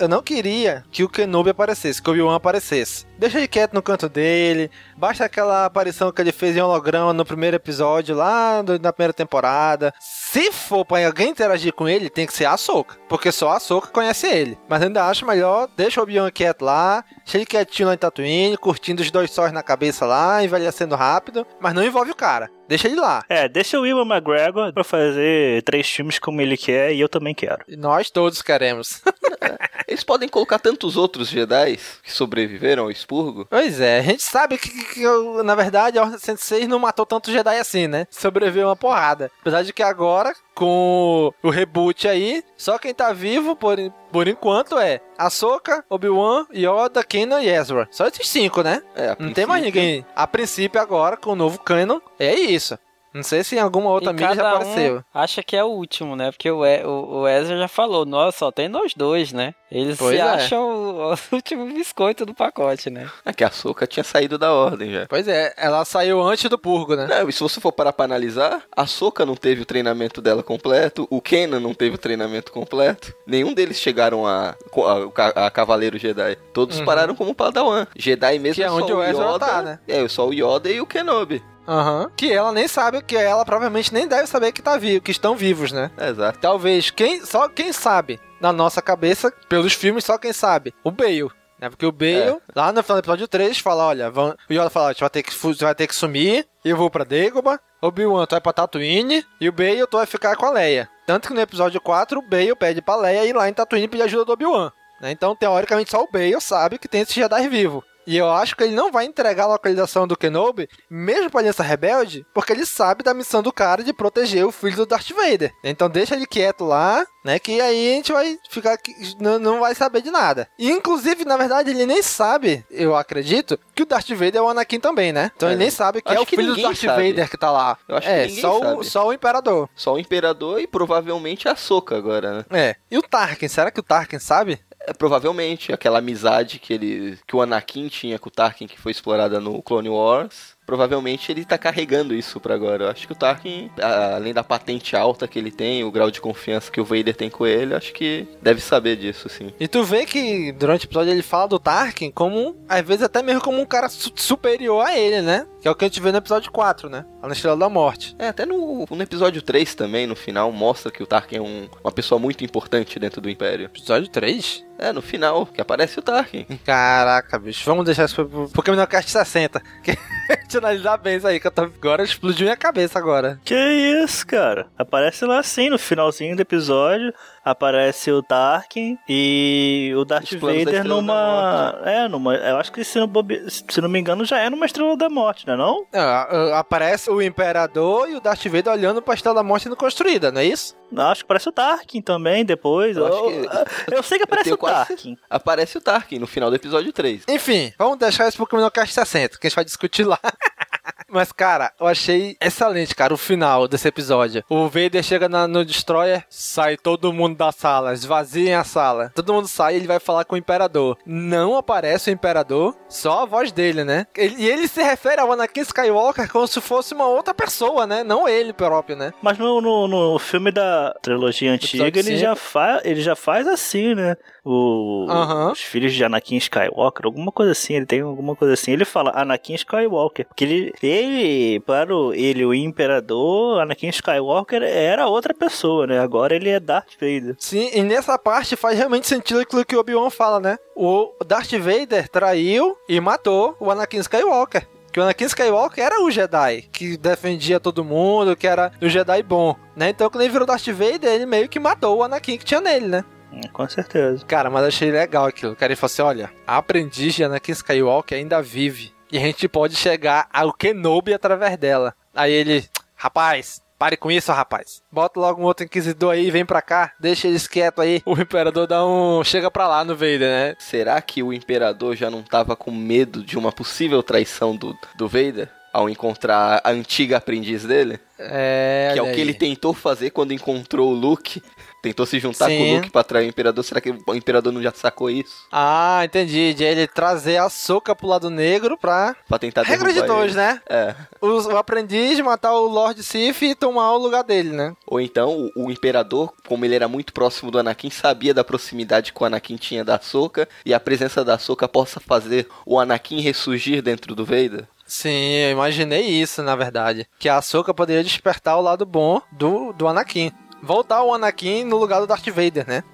queria que o Kenobi aparecesse, que o Obi-Wan aparecesse. Deixa ele quieto no canto dele, basta aquela aparição que ele fez em holograma no primeiro episódio lá na primeira temporada. Se for pra alguém interagir com ele, tem que ser a Ahsoka, porque só a Ahsoka conhece ele. Mas eu ainda acho melhor, deixa o Obi-Wan quieto lá, deixa ele quietinho lá em Tatooine, curtindo os 2 sóis na cabeça lá, envelhecendo rápido, mas não envolve o cara. Deixa ele lá. Deixa o Ewan McGregor pra fazer 3 filmes como ele quer, e eu também quero. E nós todos queremos. Eles podem colocar tantos outros Jedi que sobreviveram ao expurgo. Pois é, a gente sabe que na verdade, a Ordem 106 não matou tanto Jedi assim, né? Sobreviveu uma porrada. Apesar de que agora, com o reboot aí, só quem tá vivo, por enquanto, é Ahsoka, Obi-Wan, Yoda, Kanan e Ezra. Só esses 5, né? Não tem mais ninguém. A princípio, agora, com o novo canon, é isso. Não sei se em alguma outra mídia já apareceu. Acha que é o último, né? Porque o Ezra já falou, nossa, só tem nós 2, né? Eles se acham o último biscoito do pacote, né? É que a Ahsoka tinha saído da ordem já. Pois é, ela saiu antes do purgo, né? Não, e se você for parar pra analisar, a Ahsoka não teve o treinamento dela completo, o Kanan não teve o treinamento completo, nenhum deles chegaram a Cavaleiro Jedi. Todos pararam como Padawan. Jedi mesmo que é onde o Ezra Yoda, tá, né? Só o Yoda e o Kenobi. Que ela nem sabe, que ela provavelmente nem deve saber que tá vivo, que estão vivos, né? Exato. Talvez, só quem sabe, na nossa cabeça, pelos filmes, só quem sabe, o Bale. Né? Porque o Bale, lá no final do episódio 3, fala, olha, o Yoda fala, você vai ter que sumir, eu vou pra Dagobah, Obi-Wan, tu vai pra Tatooine, e o Bale, tu vai ficar com a Leia. Tanto que no episódio 4, o Bale pede pra Leia ir lá em Tatooine pedir ajuda do Obi-Wan. né? Então, teoricamente, só o Bale sabe que tem esse Jedi vivo. E eu acho que ele não vai entregar a localização do Kenobi, mesmo pra Aliança Rebelde, porque ele sabe da missão do cara de proteger o filho do Darth Vader. Então deixa ele quieto lá, né, que aí a gente vai ficar aqui, não vai saber de nada. E, inclusive, na verdade, ele nem sabe, eu acredito, que o Darth Vader é o Anakin também, né? Então ele nem sabe que é o filho do Darth Vader que tá lá. Eu acho que ninguém sabe. Só o Imperador. Só o Imperador e provavelmente a Ahsoka agora, né? E o Tarkin, será que o Tarkin sabe? Provavelmente, aquela amizade que o Anakin tinha com o Tarkin, que foi explorada no Clone Wars, provavelmente ele tá carregando isso pra agora. Eu acho que o Tarkin, além da patente alta que ele tem, o grau de confiança que o Vader tem com ele, acho que deve saber disso, sim. E tu vê que durante o episódio ele fala do Tarkin como, às vezes até mesmo como um cara superior a ele, né? Que é o que a gente vê no episódio 4, né? Lá na Estrela da Morte. Até no episódio 3 também, no final, mostra que o Tarkin é uma pessoa muito importante dentro do Império. Episódio 3? No final, que aparece o Tarkin. Caraca, bicho. Vamos deixar isso pro Caminocast 60. Deixa eu analisar bem isso aí, que agora explodiu minha cabeça agora. Que isso, cara? Aparece lá sim, no finalzinho do episódio. Aparece o Tarkin e o Darth Vader numa... Eu acho que se não me engano já é numa Estrela da Morte, não é? Aparece o Imperador e o Darth Vader olhando pra Estrela da Morte sendo construída, não é isso? Acho que aparece o Tarkin também depois. Eu sei que aparece o Tarkin. Aparece o Tarkin no final do episódio 3. Enfim, vamos deixar isso pro Caminocast 60, que a gente vai discutir lá. Mas, cara, eu achei excelente, cara, o final desse episódio. O Vader chega no Destroyer, sai todo mundo da sala, esvaziem a sala. Todo mundo sai e ele vai falar com o Imperador. Não aparece o Imperador, só a voz dele, né? E ele se refere ao Anakin Skywalker como se fosse uma outra pessoa, né? Não ele próprio, né? Mas no filme da trilogia antiga, ele já faz assim, né? Os filhos de Anakin Skywalker, alguma coisa assim, ele tem alguma coisa assim. Ele fala Anakin Skywalker, porque para ele, o Imperador, Anakin Skywalker era outra pessoa, né? Agora ele é Darth Vader. Sim, e nessa parte faz realmente sentido aquilo que o Obi-Wan fala, né? O Darth Vader traiu e matou o Anakin Skywalker. Que o Anakin Skywalker era o Jedi que defendia todo mundo, que era o Jedi bom, né? Então quando ele virou Darth Vader, ele meio que matou o Anakin que tinha nele, né? Com certeza. Cara, mas eu achei legal aquilo. O cara falou assim, olha, a aprendiz de Anakin Skywalker ainda vive. E a gente pode chegar ao Kenobi através dela. Aí ele, rapaz, pare com isso, rapaz. Bota logo um outro inquisidor aí, vem pra cá, deixa eles quietos aí. O Imperador chega pra lá no Vader, né? Será que o Imperador já não tava com medo de uma possível traição do Vader? Ao encontrar a antiga aprendiz dele? Que é o que ele tentou fazer quando encontrou o Luke. Tentou se juntar com o Luke pra trair o Imperador. Será que o Imperador não já sacou isso? Ah, entendi. De ele trazer a Ahsoka pro lado negro pra tentar derrubar regra de dois, ele, né? O aprendiz matar o Lord Sith e tomar o lugar dele, né? Ou então, o Imperador, como ele era muito próximo do Anakin, sabia da proximidade que o Anakin tinha da Ahsoka, e a presença da Ahsoka possa fazer o Anakin ressurgir dentro do Vader? Sim, eu imaginei isso, na verdade. Que a Ahsoka poderia despertar o lado bom do Anakin. Voltar o Anakin no lugar do Darth Vader, né?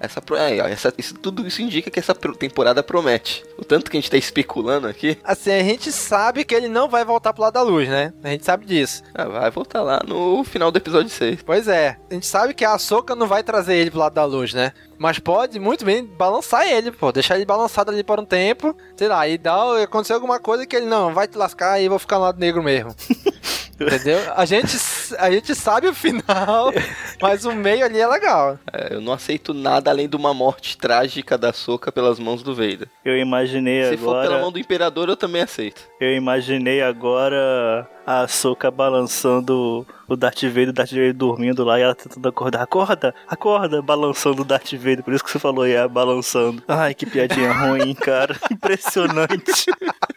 Tudo isso indica que essa temporada promete. O tanto que a gente tá especulando aqui. Assim, a gente sabe que ele não vai voltar pro lado da luz, né? A gente sabe disso. Vai voltar lá no final do episódio 6. Pois é. A gente sabe que a Ahsoka não vai trazer ele pro lado da luz, né? Mas pode muito bem balançar ele, pô. Deixar ele balançado ali por um tempo. Sei lá, e acontecer alguma coisa que ele, não, vai te lascar e eu vou ficar no lado negro mesmo. Entendeu? A gente sabe o final, mas o meio ali é legal. Eu não aceito nada além de uma morte trágica da Ahsoka pelas mãos do Vader. Eu imaginei agora... Se for pela mão do Imperador, eu também aceito. Eu imaginei agora a Ahsoka balançando o Darth Vader dormindo lá e ela tentando acordar. Acorda, balançando o Darth Vader. Por isso que você falou, balançando. Ai, que piadinha ruim, cara. Impressionante.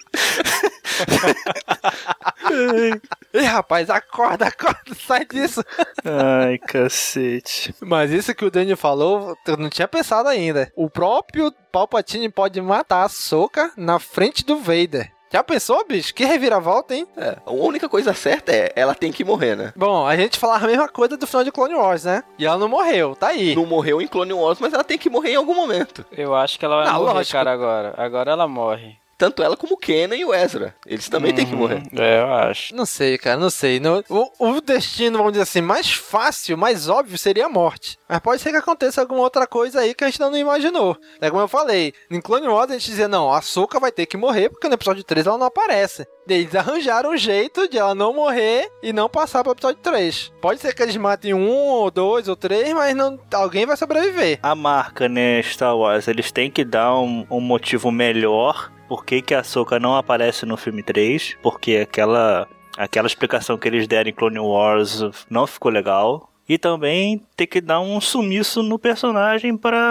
Ei, rapaz, acorda, sai disso. Ai, cacete. Mas isso que o Daniel falou, eu não tinha pensado ainda. O próprio Palpatine pode matar a Ahsoka na frente do Vader. Já pensou, bicho? Que reviravolta, hein? A única coisa certa é, ela tem que morrer, né? Bom, a gente falava a mesma coisa do final de Clone Wars, né? E ela não morreu, tá aí. Não morreu em Clone Wars, mas ela tem que morrer em algum momento. Eu acho que ela vai morrer, lógico. Cara, agora. Agora ela morre. Tanto ela como o Kenan e o Ezra. Eles também têm que morrer. Eu acho. Não sei, cara, não sei. O destino, vamos dizer assim, mais fácil, mais óbvio seria a morte. Mas pode ser que aconteça alguma outra coisa aí que a gente não imaginou. É como eu falei, em Clone Wars a gente dizia, não, a Ahsoka vai ter que morrer porque no episódio 3 ela não aparece. Eles arranjaram um jeito de ela não morrer e não passar pro episódio 3. Pode ser que eles matem 1, ou 2, ou 3, mas não, alguém vai sobreviver. A marca, né, Star Wars, eles têm que dar um motivo melhor. Por que a Ahsoka não aparece no filme 3? Porque aquela explicação que eles deram em Clone Wars não ficou legal. E também tem que dar um sumiço no personagem para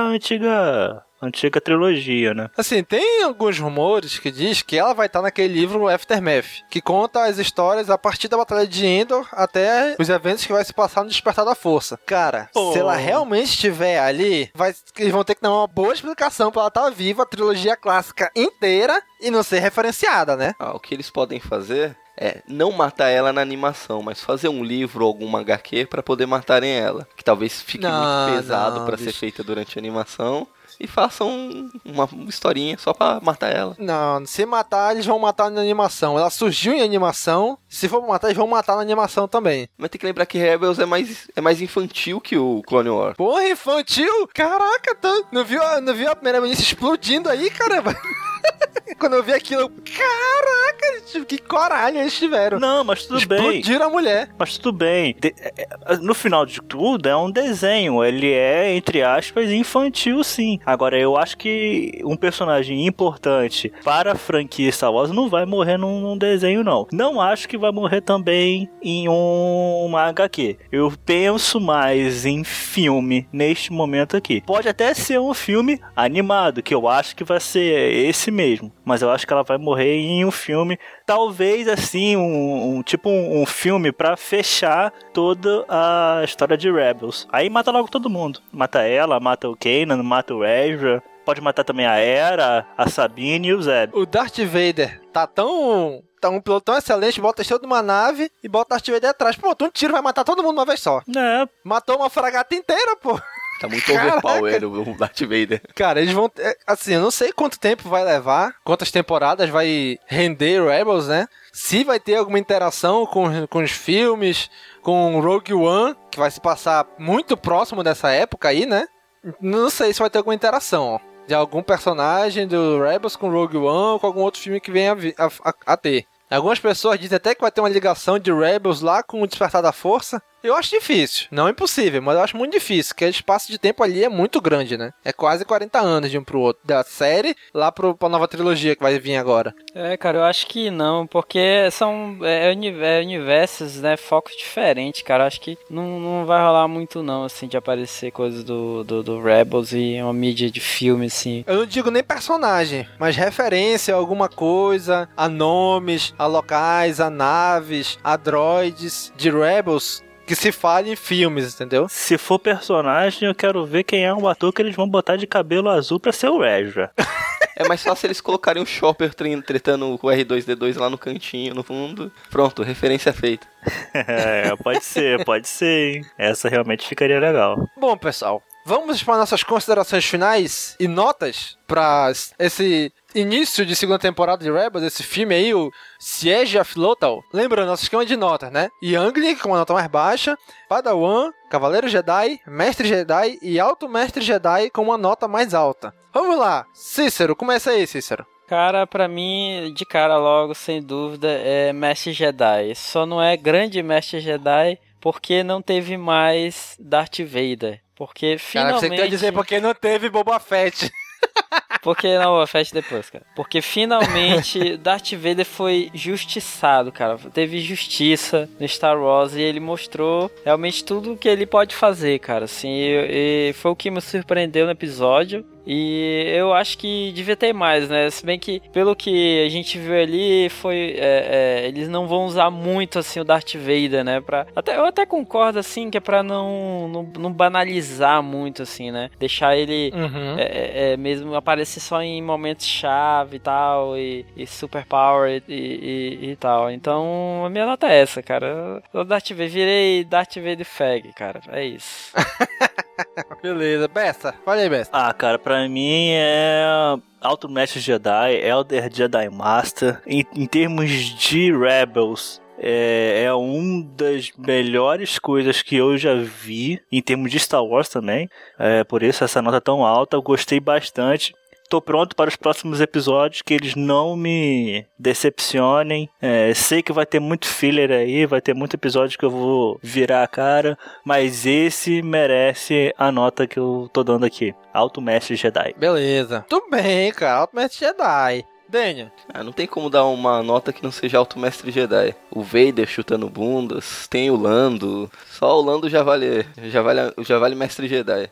antiga trilogia, né? Assim, tem alguns rumores que diz que ela vai estar naquele livro Aftermath, que conta as histórias a partir da Batalha de Endor até os eventos que vai se passar no Despertar da Força. Cara, se ela realmente estiver ali, eles vão ter que dar uma boa explicação pra ela estar viva a trilogia clássica inteira e não ser referenciada, né? O que eles podem fazer é não matar ela na animação, mas fazer um livro ou alguma HQ pra poder matarem ela. Que talvez fique muito pesado pra ser feita durante a animação. E façam uma historinha só pra matar ela. Não, se matar, eles vão matar na animação. Ela surgiu em animação. Se for matar, eles vão matar na animação também. Mas tem que lembrar que Rebels é mais infantil que o Clone Wars. Porra, infantil? Caraca, não viu a primeira-ministra explodindo aí, caramba? Quando eu vi aquilo, caraca, que coragem eles tiveram. Não, mas tudo bem. Explodiram a mulher. Mas tudo bem. No final de tudo, é um desenho. Ele é, entre aspas, infantil, sim. Agora, eu acho que um personagem importante para a franquia Star Wars não vai morrer num desenho, não. Não acho que vai morrer também em uma HQ. Eu penso mais em filme neste momento aqui. Pode até ser um filme animado, que eu acho que vai ser esse mesmo. Mas eu acho que ela vai morrer em um filme, talvez assim, um filme pra fechar toda a história de Rebels. Aí mata logo todo mundo. Mata ela, mata o Kanan, mata o Ezra. Pode matar também a Hera, a Sabine e o Zeb. O Darth Vader tá um piloto tão excelente, bota estrela de uma nave e bota o Darth Vader atrás. Pronto, um tiro vai matar todo mundo uma vez só. É. Matou uma fragata inteira, pô. Tá muito overpower o Darth Vader. Cara, eles vão... Assim, eu não sei quanto tempo vai levar, quantas temporadas vai render Rebels, né? Se vai ter alguma interação com os filmes, com Rogue One, que vai se passar muito próximo dessa época aí, né? Não sei se vai ter alguma interação, ó, de algum personagem do Rebels com Rogue One ou com algum outro filme que venha a ter. Algumas pessoas dizem até que vai ter uma ligação de Rebels lá com o Despertar da Força. Eu acho difícil, não impossível, mas eu acho muito difícil, porque o espaço de tempo ali é muito grande, né? É quase 40 anos de um pro outro, da série lá pra nova trilogia que vai vir agora. Cara, eu acho que não, porque são universos, né, focos diferentes, cara. Eu acho que não vai rolar muito não, assim, de aparecer coisas do Rebels e uma mídia de filme, assim. Eu não digo nem personagem, mas referência a alguma coisa, a nomes, a locais, a naves, a droids de Rebels que se fale em filmes, entendeu? Se for personagem, eu quero ver quem é o ator que eles vão botar de cabelo azul pra ser o Ezra. É mais fácil eles colocarem um Chopper tretando com o R2-D2 lá no cantinho, no fundo. Pronto, referência feita. Pode ser, hein? Essa realmente ficaria legal. Bom, pessoal, vamos para nossas considerações finais e notas para esse início de segunda temporada de Rebels, esse filme aí, o Siege of Lothal. Lembrando, nosso esquema de notas, né? Youngling com uma nota mais baixa, Padawan, Cavaleiro Jedi, Mestre Jedi e Alto Mestre Jedi com uma nota mais alta. Vamos lá, Cícero, começa aí, Cícero. Cara, pra mim, de cara logo, sem dúvida, é Mestre Jedi. Só não é grande Mestre Jedi porque não teve mais Darth Vader. Porque finalmente... Cara, você quer dizer porque não teve Boba Fett. Porque não, Boba Fett depois, cara. Porque finalmente Darth Vader foi justiçado, cara. Teve justiça no Star Wars e ele mostrou realmente tudo o que ele pode fazer, cara. Assim, e foi o que me surpreendeu no episódio. E eu acho que devia ter mais, né? Se bem que, pelo que a gente viu ali, eles não vão usar muito, assim, o Darth Vader, né? Eu até concordo, assim, que é pra não banalizar muito, assim, né? Deixar ele mesmo aparecer só em momentos-chave e tal, e superpower e tal. Então, a minha nota é essa, cara. O Darth Vader, virei Darth Vader Fag, cara. É isso. Beleza, Bessa. Fala aí, Bessa. Ah, cara, pra mim é Alto Mestre Jedi, Elder Jedi Master. Em termos de Rebels, é uma das melhores coisas que eu já vi, em termos de Star Wars também. Por isso essa nota tão alta, eu gostei bastante. Tô pronto para os próximos episódios, que eles não me decepcionem. Sei que vai ter muito filler aí, vai ter muito episódio que eu vou virar a cara, mas esse merece a nota que eu tô dando aqui. Alto Mestre Jedi. Beleza. Tudo bem, cara. Alto Mestre Jedi. Daniel. Não tem como dar uma nota que não seja Alto Mestre Jedi. O Vader chutando bundas, tem o Lando. Só o Lando já vale Mestre Jedi.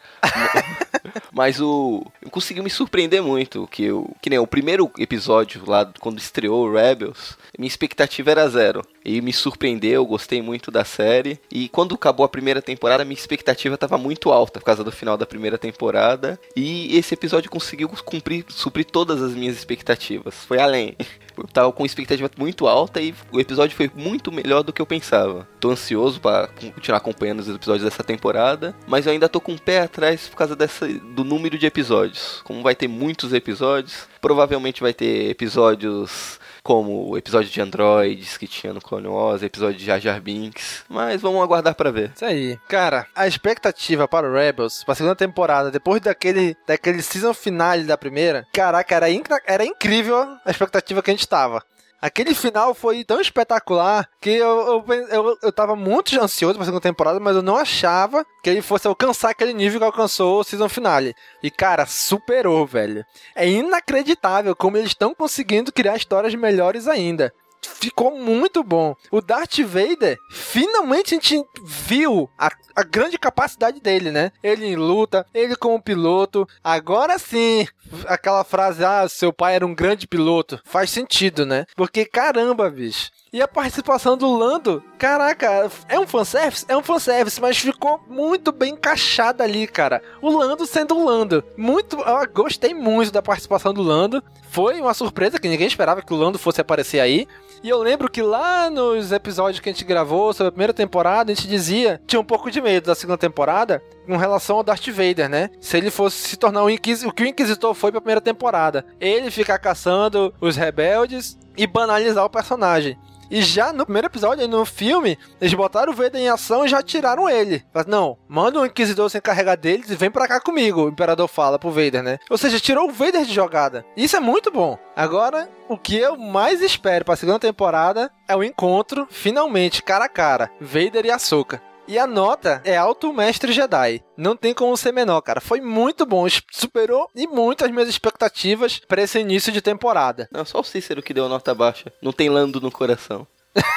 Mas eu consegui me surpreender muito. Que nem o primeiro episódio lá, quando estreou o Rebels, minha expectativa era 0. E me surpreendeu, gostei muito da série. E quando acabou a primeira temporada, minha expectativa estava muito alta por causa do final da primeira temporada. E esse episódio conseguiu suprir todas as minhas expectativas. Foi além. Eu tava com expectativa muito alta e o episódio foi muito melhor do que eu pensava. Tô ansioso para continuar acompanhando os episódios dessa temporada, mas eu ainda tô com o pé atrás por causa do número de episódios. Como vai ter muitos episódios, provavelmente vai ter episódios como o episódio de androides que tinha no Clone Wars, episódio de Jar Jar Binks, mas vamos aguardar pra ver. Isso aí. Cara, a expectativa para o Rebels, pra segunda temporada, depois daquele season finale da primeira, caraca, era incrível a expectativa que a gente tava. Aquele final foi tão espetacular que eu tava muito ansioso pra segunda temporada, mas eu não achava que ele fosse alcançar aquele nível que alcançou o season finale. E, cara, superou, velho. É inacreditável como eles estão conseguindo criar histórias melhores ainda. Ficou muito bom. O Darth Vader, finalmente a gente viu a grande capacidade dele, né? Ele em luta, ele como piloto. Agora sim, aquela frase, seu pai era um grande piloto, faz sentido, né? Porque caramba, bicho. E a participação do Lando, caraca, é um fanservice? É um fanservice, mas ficou muito bem encaixada ali, cara. O Lando sendo o Lando. Eu gostei muito da participação do Lando. Foi uma surpresa que ninguém esperava que o Lando fosse aparecer aí. E eu lembro que lá nos episódios que a gente gravou sobre a primeira temporada, a gente tinha um pouco de medo da segunda temporada com relação ao Darth Vader, né? Se ele fosse se tornar o que o Inquisitor foi pra primeira temporada. Ele ficar caçando os rebeldes e banalizar o personagem. E já no primeiro episódio, no filme, eles botaram o Vader em ação e já tiraram ele. Mas não, manda um Inquisidor se encarregar deles e vem pra cá comigo, o Imperador fala pro Vader, né? Ou seja, tirou o Vader de jogada. Isso é muito bom. Agora, o que eu mais espero pra segunda temporada é o encontro, finalmente, cara a cara, Vader e Ahsoka. E a nota é Alto Mestre Jedi. Não tem como ser menor, cara. Foi muito bom. Superou e muito as minhas expectativas para esse início de temporada. Não, só o Cícero que deu nota baixa. Não tem Lando no coração.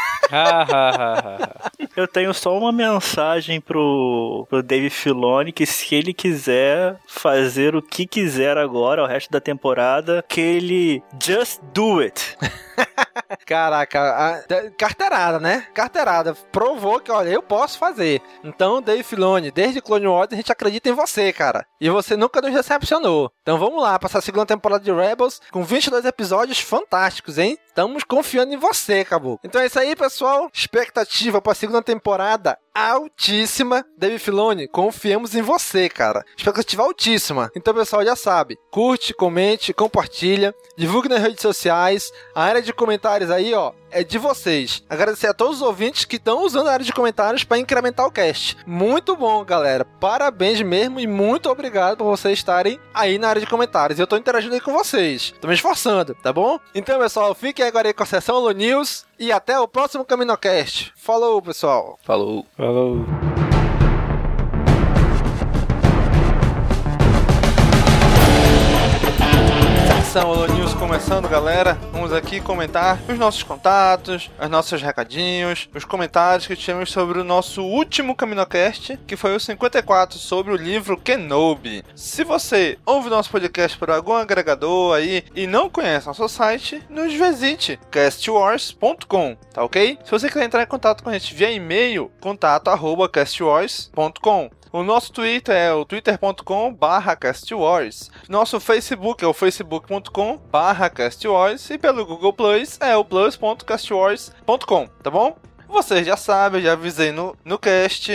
Eu tenho só uma mensagem pro Dave Filoni, que se ele quiser fazer o que quiser agora, o resto da temporada, que ele just do it. Caraca, carteirada, né? Carteirada. Provou que, olha, eu posso fazer. Então, Dave Filoni, desde Clone Wars a gente acredita em você, cara. E você nunca nos decepcionou. Então vamos lá, passar a segunda temporada de Rebels com 22 episódios fantásticos, hein? Estamos confiando em você, Caboclo. Então é isso aí, pessoal. Expectativa para a segunda temporada altíssima. Dave Filoni, confiamos em você, cara. Expectativa altíssima. Então, pessoal, já sabe. Curte, comente, compartilha. Divulgue nas redes sociais. A área de comentários aí, ó, é de vocês. Agradecer a todos os ouvintes que estão usando a área de comentários para incrementar o cast. Muito bom, galera. Parabéns mesmo e muito obrigado por vocês estarem aí na área de comentários. Eu tô interagindo aí com vocês. Tô me esforçando, tá bom? Então, pessoal, fiquem agora aí com a sessão Holo News e até o próximo CaminoCast. Falou, pessoal. Falou. Falou. Sessão Holo News começando, galera. Vamos aqui comentar os nossos contatos, os nossos recadinhos, os comentários que tivemos sobre o nosso último CaminoCast, que foi o 54, sobre o livro Kenobi. Se você ouve o nosso podcast por algum agregador aí e não conhece nosso site, nos visite, castwars.com, tá ok? Se você quiser entrar em contato com a gente via e-mail, contato@castwars.com. O nosso Twitter é o twitter.com/castwars. Nosso Facebook é o facebook.com/castwars. E pelo Google Plus é o plus.castwars.com, tá bom? Vocês já sabem, eu já avisei no cast.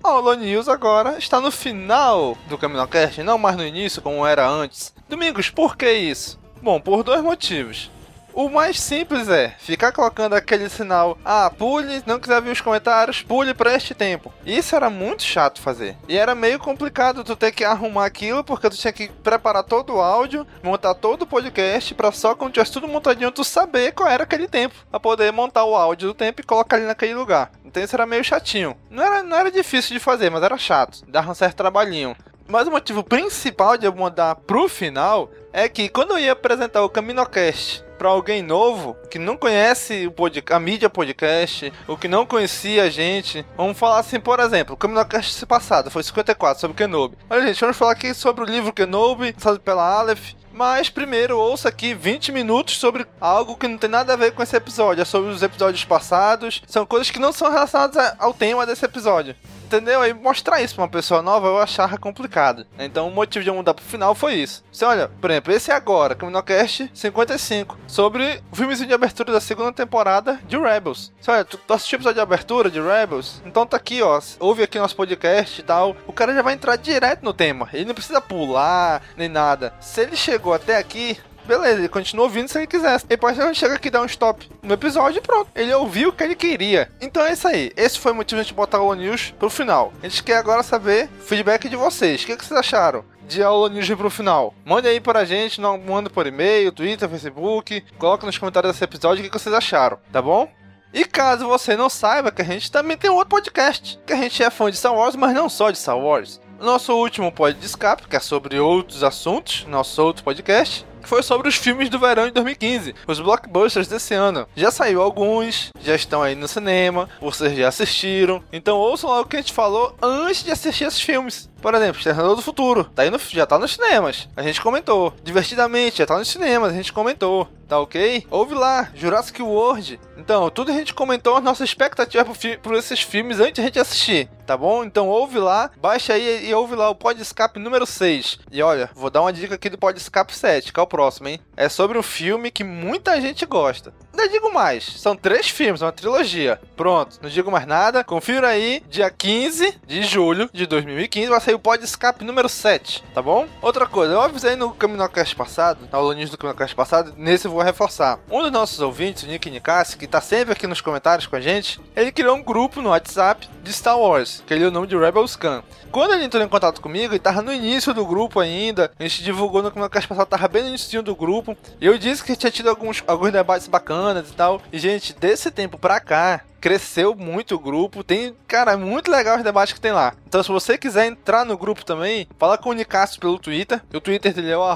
a Holo News agora está no final do CaminoCast, não mais no início como era antes. Domingos, por que isso? Bom, por 2 motivos. O mais simples é ficar colocando aquele sinal, pule, não quiser ver os comentários, pule para este tempo. Isso era muito chato fazer. E era meio complicado tu ter que arrumar aquilo, porque tu tinha que preparar todo o áudio, montar todo o podcast, para só quando tivesse tudo montadinho tu saber qual era aquele tempo, para poder montar o áudio do tempo e colocar ele naquele lugar. Então isso era meio chatinho. Não era difícil de fazer, mas era chato. Dava um certo trabalhinho. Mas o motivo principal de eu mandar pro final é que quando eu ia apresentar o CaminoCast para alguém novo, que não conhece a mídia podcast, ou que não conhecia a gente, vamos falar assim, por exemplo, o CaminoCast passado foi 54, sobre Kenobi. Olha, gente, vamos falar aqui sobre o livro Kenobi, lançado pela Aleph. Mas primeiro ouça aqui 20 minutos sobre algo que não tem nada a ver com esse episódio. É sobre os episódios passados. São coisas que não são relacionadas ao tema desse episódio. Entendeu? Aí mostrar isso pra uma pessoa nova eu achava complicado. Então o motivo de eu mudar pro final foi isso. Você olha, por exemplo, esse agora, CaminoCast 55, sobre o filmezinho de abertura da 2ª temporada de Rebels. Você olha, tu assistiu o episódio de abertura de Rebels? Então tá aqui, ó, ouve aqui nosso podcast e tal. O cara já vai entrar direto no tema. Ele não precisa pular, nem nada. Se ele chegou até aqui, beleza, ele continua ouvindo se ele quiser. Depois ele chega aqui e dá um stop no episódio e pronto. Ele ouviu o que ele queria. Então é isso aí. Esse foi o motivo de a gente botar o Holo News pro final. A gente quer agora saber o feedback de vocês. O que vocês acharam de Holo News pro final? Mande aí pra gente, manda por e-mail, Twitter, Facebook. Coloca nos comentários desse episódio o que vocês acharam, tá bom? E caso você não saiba, que a gente também tem outro podcast, que a gente é fã de Star Wars, mas não só de Star Wars. O nosso último pod de escape, que é sobre outros assuntos, nosso outro podcast, foi sobre os filmes do verão de 2015, os blockbusters desse ano. Já saiu alguns, já estão aí no cinema, vocês já assistiram, então ouçam lá o que a gente falou antes de assistir esses filmes. Por exemplo, Exterminador do Futuro, já tá nos cinemas, a gente comentou. Divertidamente, já tá nos cinemas, a gente comentou. Tá ok? Ouve lá, Jurassic World. Então, tudo a gente comentou as nossas expectativas por esses filmes antes de a gente assistir, tá bom? Então ouve lá, baixa aí e ouve lá o Pod Escape número 6. E olha, vou dar uma dica aqui do Pod Escape 7, que é o próximo, hein? É sobre um filme que muita gente gosta. Não digo mais, são 3 filmes, uma trilogia. Pronto, não digo mais nada. Confira aí, dia 15 de julho de 2015 vai sair o Pod Escape número 7, tá bom? Outra coisa, eu avisei no CaminoCast passado, na Holo News do CaminoCast passado, nesse eu vou reforçar. Um dos nossos ouvintes, o Nick Nicassi, que tá sempre aqui nos comentários com a gente, ele criou um grupo no WhatsApp de Star Wars, que ele é o nome de Rebels Can. Quando ele entrou em contato comigo, ele tava no início do grupo ainda, a gente divulgou no CaminoCast passado, tava bem no início do grupo, e eu disse que tinha tido alguns debates bacanas e tal, e gente, desse tempo pra cá, cresceu muito o grupo, tem, cara, muito legal os debates que tem lá. Então se você quiser entrar no grupo também, fala com o Nicasso pelo Twitter. O Twitter dele é o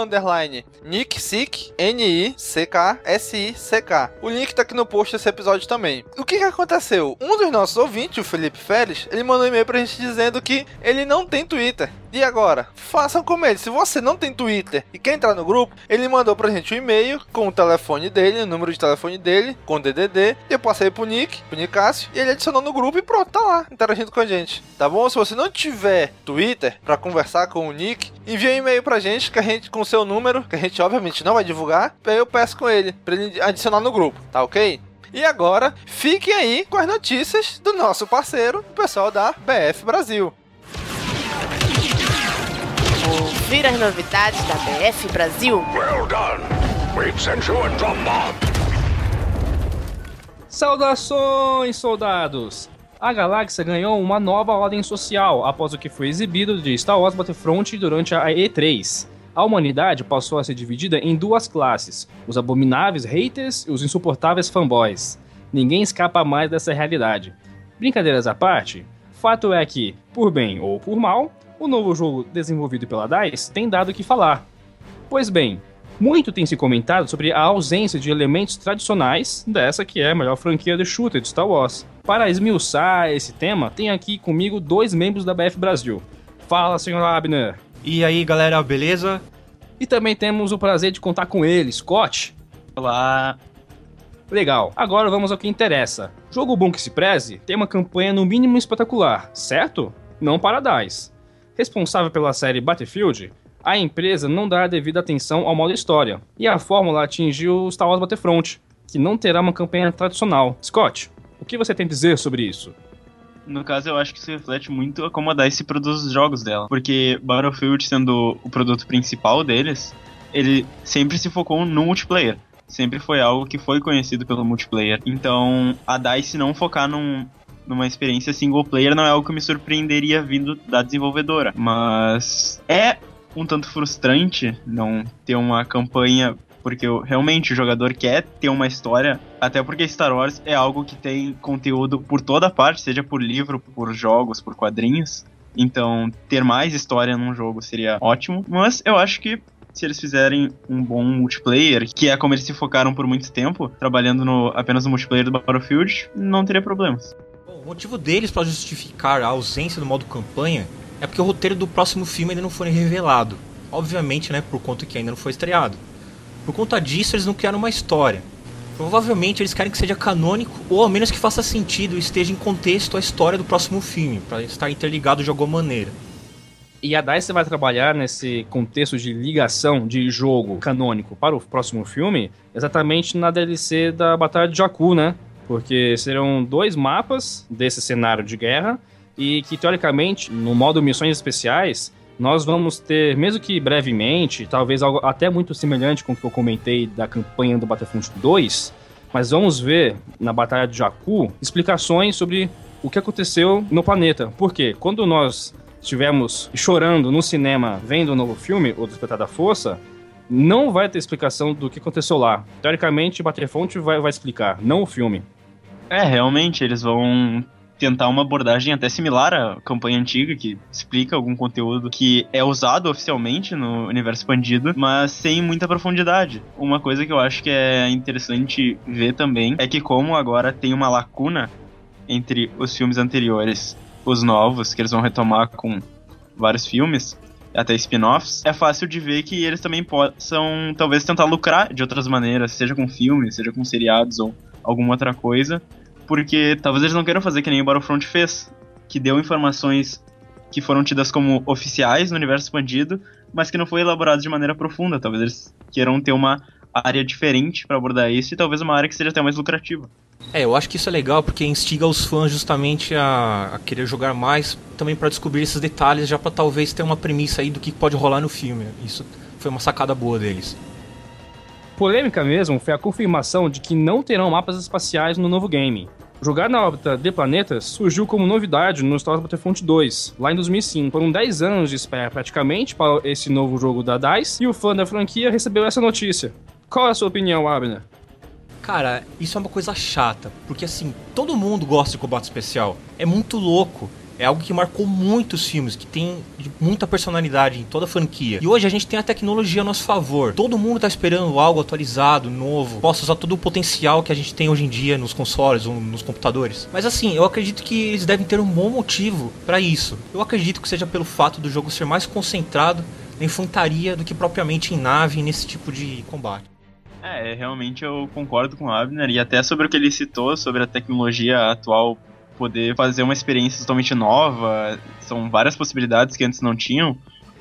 @_NickSick, NICKSICK. O link tá aqui no post desse episódio também. O que aconteceu? Um dos nossos ouvintes, o Felipe Félix, ele mandou um e-mail pra gente dizendo que ele não tem Twitter. E agora? Façam como ele. Se você não tem Twitter e quer entrar no grupo, ele mandou pra gente um e-mail com o telefone dele, o número de telefone dele, com DDD. Eu passei pro Nicásio, e ele adicionou no grupo e pronto, tá lá, interagindo com a gente. Tá bom? Se você não tiver Twitter pra conversar com o Nick, envia um e-mail pra gente, que a gente, com o seu número, que a gente obviamente não vai divulgar, aí eu peço com ele, pra ele adicionar no grupo, tá ok? E agora, fiquem aí com as notícias do nosso parceiro, o pessoal da BF Brasil. Ouvir as novidades da BF Brasil. Well done. We've sent you a drop bomb. Saudações, soldados! A galáxia ganhou uma nova ordem social após o que foi exibido de Star Wars Battlefront durante a E3. A humanidade passou a ser dividida em 2 classes, os abomináveis haters e os insuportáveis fanboys. Ninguém escapa mais dessa realidade. Brincadeiras à parte, fato é que, por bem ou por mal, o novo jogo desenvolvido pela DICE tem dado o que falar. Pois bem, muito tem se comentado sobre a ausência de elementos tradicionais dessa que é a melhor franquia de shooter de Star Wars. Para esmiuçar esse tema, tenho aqui comigo 2 membros da BF Brasil. Fala, Sr. Abner! E aí, galera, beleza? E também temos o prazer de contar com ele, Scott. Olá! Legal, agora vamos ao que interessa. Jogo bom que se preze tem uma campanha no mínimo espetacular, certo? Não para a DICE. Responsável pela série Battlefield, a empresa não dá a devida atenção ao modo história, e a fórmula atingiu Star Wars Battlefront, que não terá uma campanha tradicional. Scott, o que você tem a dizer sobre isso? No caso, eu acho que isso reflete muito como a DICE produz os jogos dela. Porque Battlefield, sendo o produto principal deles, ele sempre se focou no multiplayer. Sempre foi algo que foi conhecido pelo multiplayer. Então, a DICE não focar numa experiência single player não é algo que me surpreenderia vindo da desenvolvedora. Mas é um tanto frustrante não ter uma campanha, porque realmente o jogador quer ter uma história, até porque Star Wars é algo que tem conteúdo por toda parte, seja por livro, por jogos, por quadrinhos. Então, ter mais história num jogo seria ótimo. Mas eu acho que se eles fizerem um bom multiplayer, que é como eles se focaram por muito tempo, trabalhando apenas no multiplayer do Battlefield, não teria problemas. O motivo deles para justificar a ausência do modo campanha é porque o roteiro do próximo filme ainda não foi revelado. Obviamente, né, por conta que ainda não foi estreado. Por conta disso, eles não criaram uma história. Provavelmente eles querem que seja canônico, ou ao menos que faça sentido e esteja em contexto a história do próximo filme, para estar interligado de alguma maneira. E a DICE vai trabalhar nesse contexto de ligação de jogo canônico para o próximo filme, exatamente na DLC da Batalha de Jakku, né? Porque serão 2 mapas desse cenário de guerra, e que, teoricamente, no modo missões especiais, nós vamos ter, mesmo que brevemente, talvez algo até muito semelhante com o que eu comentei da campanha do Battlefront 2, mas vamos ver na Batalha de Jakku explicações sobre o que aconteceu no planeta. Porque quando nós estivemos chorando no cinema vendo o novo filme, O Despertar da Força, não vai ter explicação do que aconteceu lá. Teoricamente, Battlefront vai explicar, não o filme. Realmente, eles vão tentar uma abordagem até similar à campanha antiga, que explica algum conteúdo que é usado oficialmente no universo expandido, mas sem muita profundidade. Uma coisa que eu acho que é interessante ver também é que, como agora tem uma lacuna entre os filmes anteriores, os novos, que eles vão retomar com vários filmes, até spin-offs, é fácil de ver que eles também possam talvez tentar lucrar de outras maneiras, seja com filmes, seja com seriados ou alguma outra coisa, porque talvez eles não queiram fazer que nem o Battlefront fez, que deu informações que foram tidas como oficiais no universo expandido, mas que não foi elaborado de maneira profunda. Talvez eles queiram ter uma área diferente para abordar isso, e talvez uma área que seja até mais lucrativa. Eu acho que isso é legal porque instiga os fãs justamente a querer jogar mais, também para descobrir esses detalhes, já para talvez ter uma premissa aí do que pode rolar no filme. Isso foi uma sacada boa deles. Polêmica mesmo foi a confirmação de que não terão mapas espaciais no novo game. Jogar na órbita de planetas surgiu como novidade no Star Wars Battlefront 2, lá em 2005. Foram 10 anos de espera praticamente para esse novo jogo da DICE, e o fã da franquia recebeu essa notícia. Qual é a sua opinião, Abner? Cara, isso é uma coisa chata, porque assim, todo mundo gosta de combate especial. É muito louco. É algo que marcou muitos filmes, que tem muita personalidade em toda a franquia. E hoje a gente tem a tecnologia a nosso favor. Todo mundo tá esperando algo atualizado, novo, possa usar todo o potencial que a gente tem hoje em dia nos consoles ou nos computadores. Mas assim, eu acredito que eles devem ter um bom motivo para isso. Eu acredito que seja pelo fato do jogo ser mais concentrado na infantaria do que propriamente em nave, nesse tipo de combate. Realmente eu concordo com o Abner, e até sobre o que ele citou, sobre a tecnologia atual poder fazer uma experiência totalmente nova, são várias possibilidades que antes não tinham.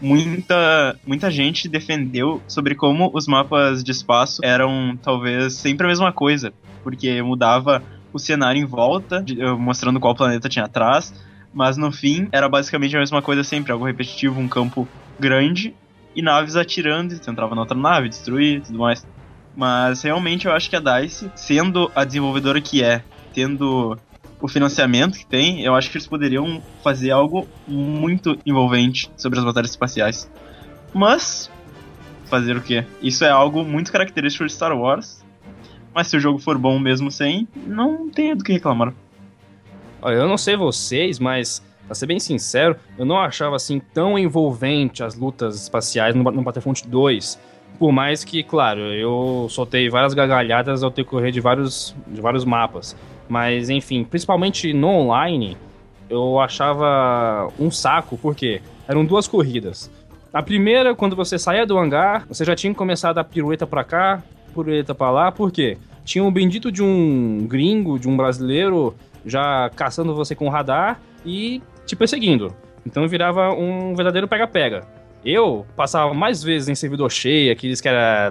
Muita gente defendeu sobre como os mapas de espaço eram talvez sempre a mesma coisa, porque mudava o cenário em volta, mostrando qual planeta tinha atrás, mas no fim era basicamente a mesma coisa sempre, algo repetitivo, um campo grande e naves atirando, e você entrava na outra nave, destruir e tudo mais. Mas realmente eu acho que a DICE, sendo a desenvolvedora que é, tendo o financiamento que tem, eu acho que eles poderiam fazer algo muito envolvente sobre as batalhas espaciais. Mas, fazer o quê? Isso é algo muito característico de Star Wars, mas se o jogo for bom mesmo sem, não tem do que reclamar. Olha, eu não sei vocês, mas, pra ser bem sincero, eu não achava assim tão envolvente as lutas espaciais no Battlefront 2. Por mais que, claro, eu soltei várias gargalhadas ao decorrer de vários mapas. Mas, enfim, principalmente no online, eu achava um saco, porque eram 2 corridas. A primeira, quando você saía do hangar, você já tinha começado a pirueta pra cá, pirueta pra lá, por quê? Tinha um bendito de um gringo, de um brasileiro, já caçando você com radar e te perseguindo. Então virava um verdadeiro pega-pega. Eu passava mais vezes em servidor cheio, aqueles que era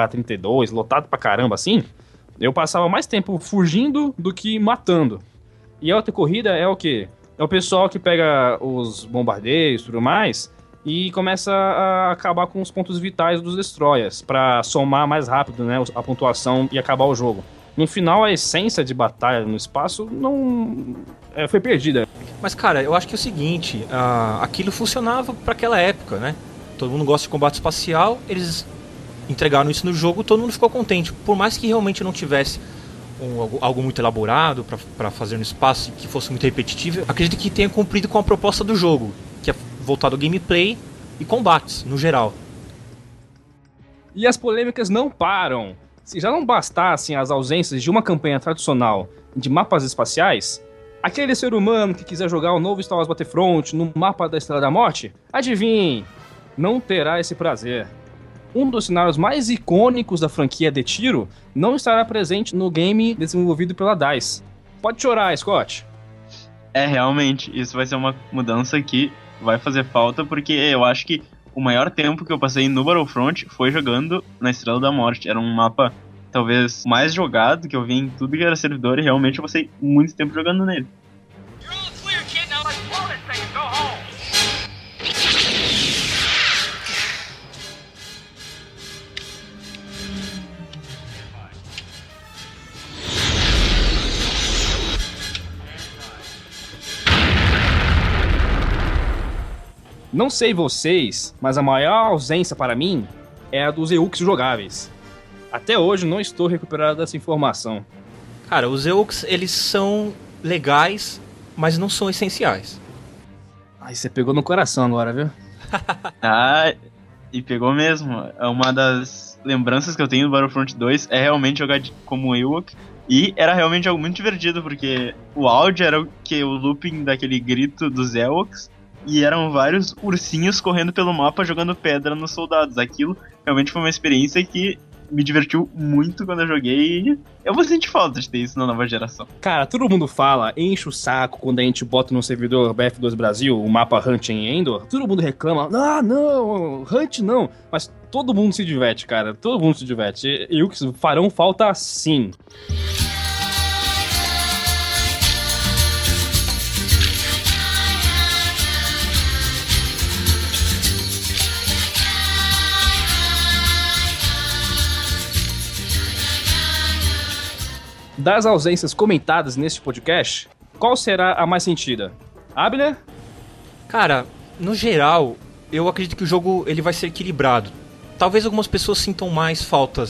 32/32, lotado pra caramba assim. Eu passava mais tempo fugindo do que matando. E a outra corrida é o quê? É o pessoal que pega os bombardeios e tudo mais e começa a acabar com os pontos vitais dos destroyers pra somar mais rápido, né, a pontuação e acabar o jogo. No final, a essência de batalha no espaço não foi perdida. Mas, cara, eu acho que é o seguinte, aquilo funcionava pra aquela época, né? Todo mundo gosta de combate espacial, eles entregaram isso no jogo, todo mundo ficou contente. Por mais que realmente não tivesse algo muito elaborado pra fazer no espaço e que fosse muito repetitivo, acredito que tenha cumprido com a proposta do jogo, que é voltado ao gameplay e combates, no geral. E as polêmicas não param. Se já não bastassem as ausências de uma campanha tradicional de mapas espaciais, aquele ser humano que quiser jogar o novo Star Wars Battlefront no mapa da Estrela da Morte, adivinhe, não terá esse prazer. Um dos cenários mais icônicos da franquia de tiro não estará presente no game desenvolvido pela DICE. Pode chorar, Scott. Realmente, isso vai ser uma mudança que vai fazer falta, porque eu acho que o maior tempo que eu passei no Battlefront foi jogando na Estrela da Morte. Era um mapa, talvez, mais jogado, que eu vi em tudo que era servidor, e realmente eu passei muito tempo jogando nele. Não sei vocês, mas a maior ausência para mim é a dos EUX jogáveis. Até hoje não estou recuperado dessa informação. Cara, os EUX, eles são legais, mas não são essenciais. Ai, você pegou no coração agora, viu? E pegou mesmo. Uma das lembranças que eu tenho do Battlefront 2 é realmente jogar como EUX. E era realmente algo muito divertido, porque o áudio era o looping daquele grito dos EUX. E eram vários ursinhos correndo pelo mapa jogando pedra nos soldados. Aquilo realmente foi uma experiência que me divertiu muito quando eu joguei. E eu vou sentir falta de ter isso na nova geração. Cara, todo mundo fala, enche o saco quando a gente bota no servidor BF2 Brasil o mapa Hunt em Endor. Todo mundo reclama, não, Hunt não. Mas todo mundo se diverte, cara. Todo mundo se diverte. E o que farão falta sim. Das ausências comentadas neste podcast, qual será a mais sentida? Abner? Cara, no geral, eu acredito que o jogo ele vai ser equilibrado. Talvez algumas pessoas sintam mais falta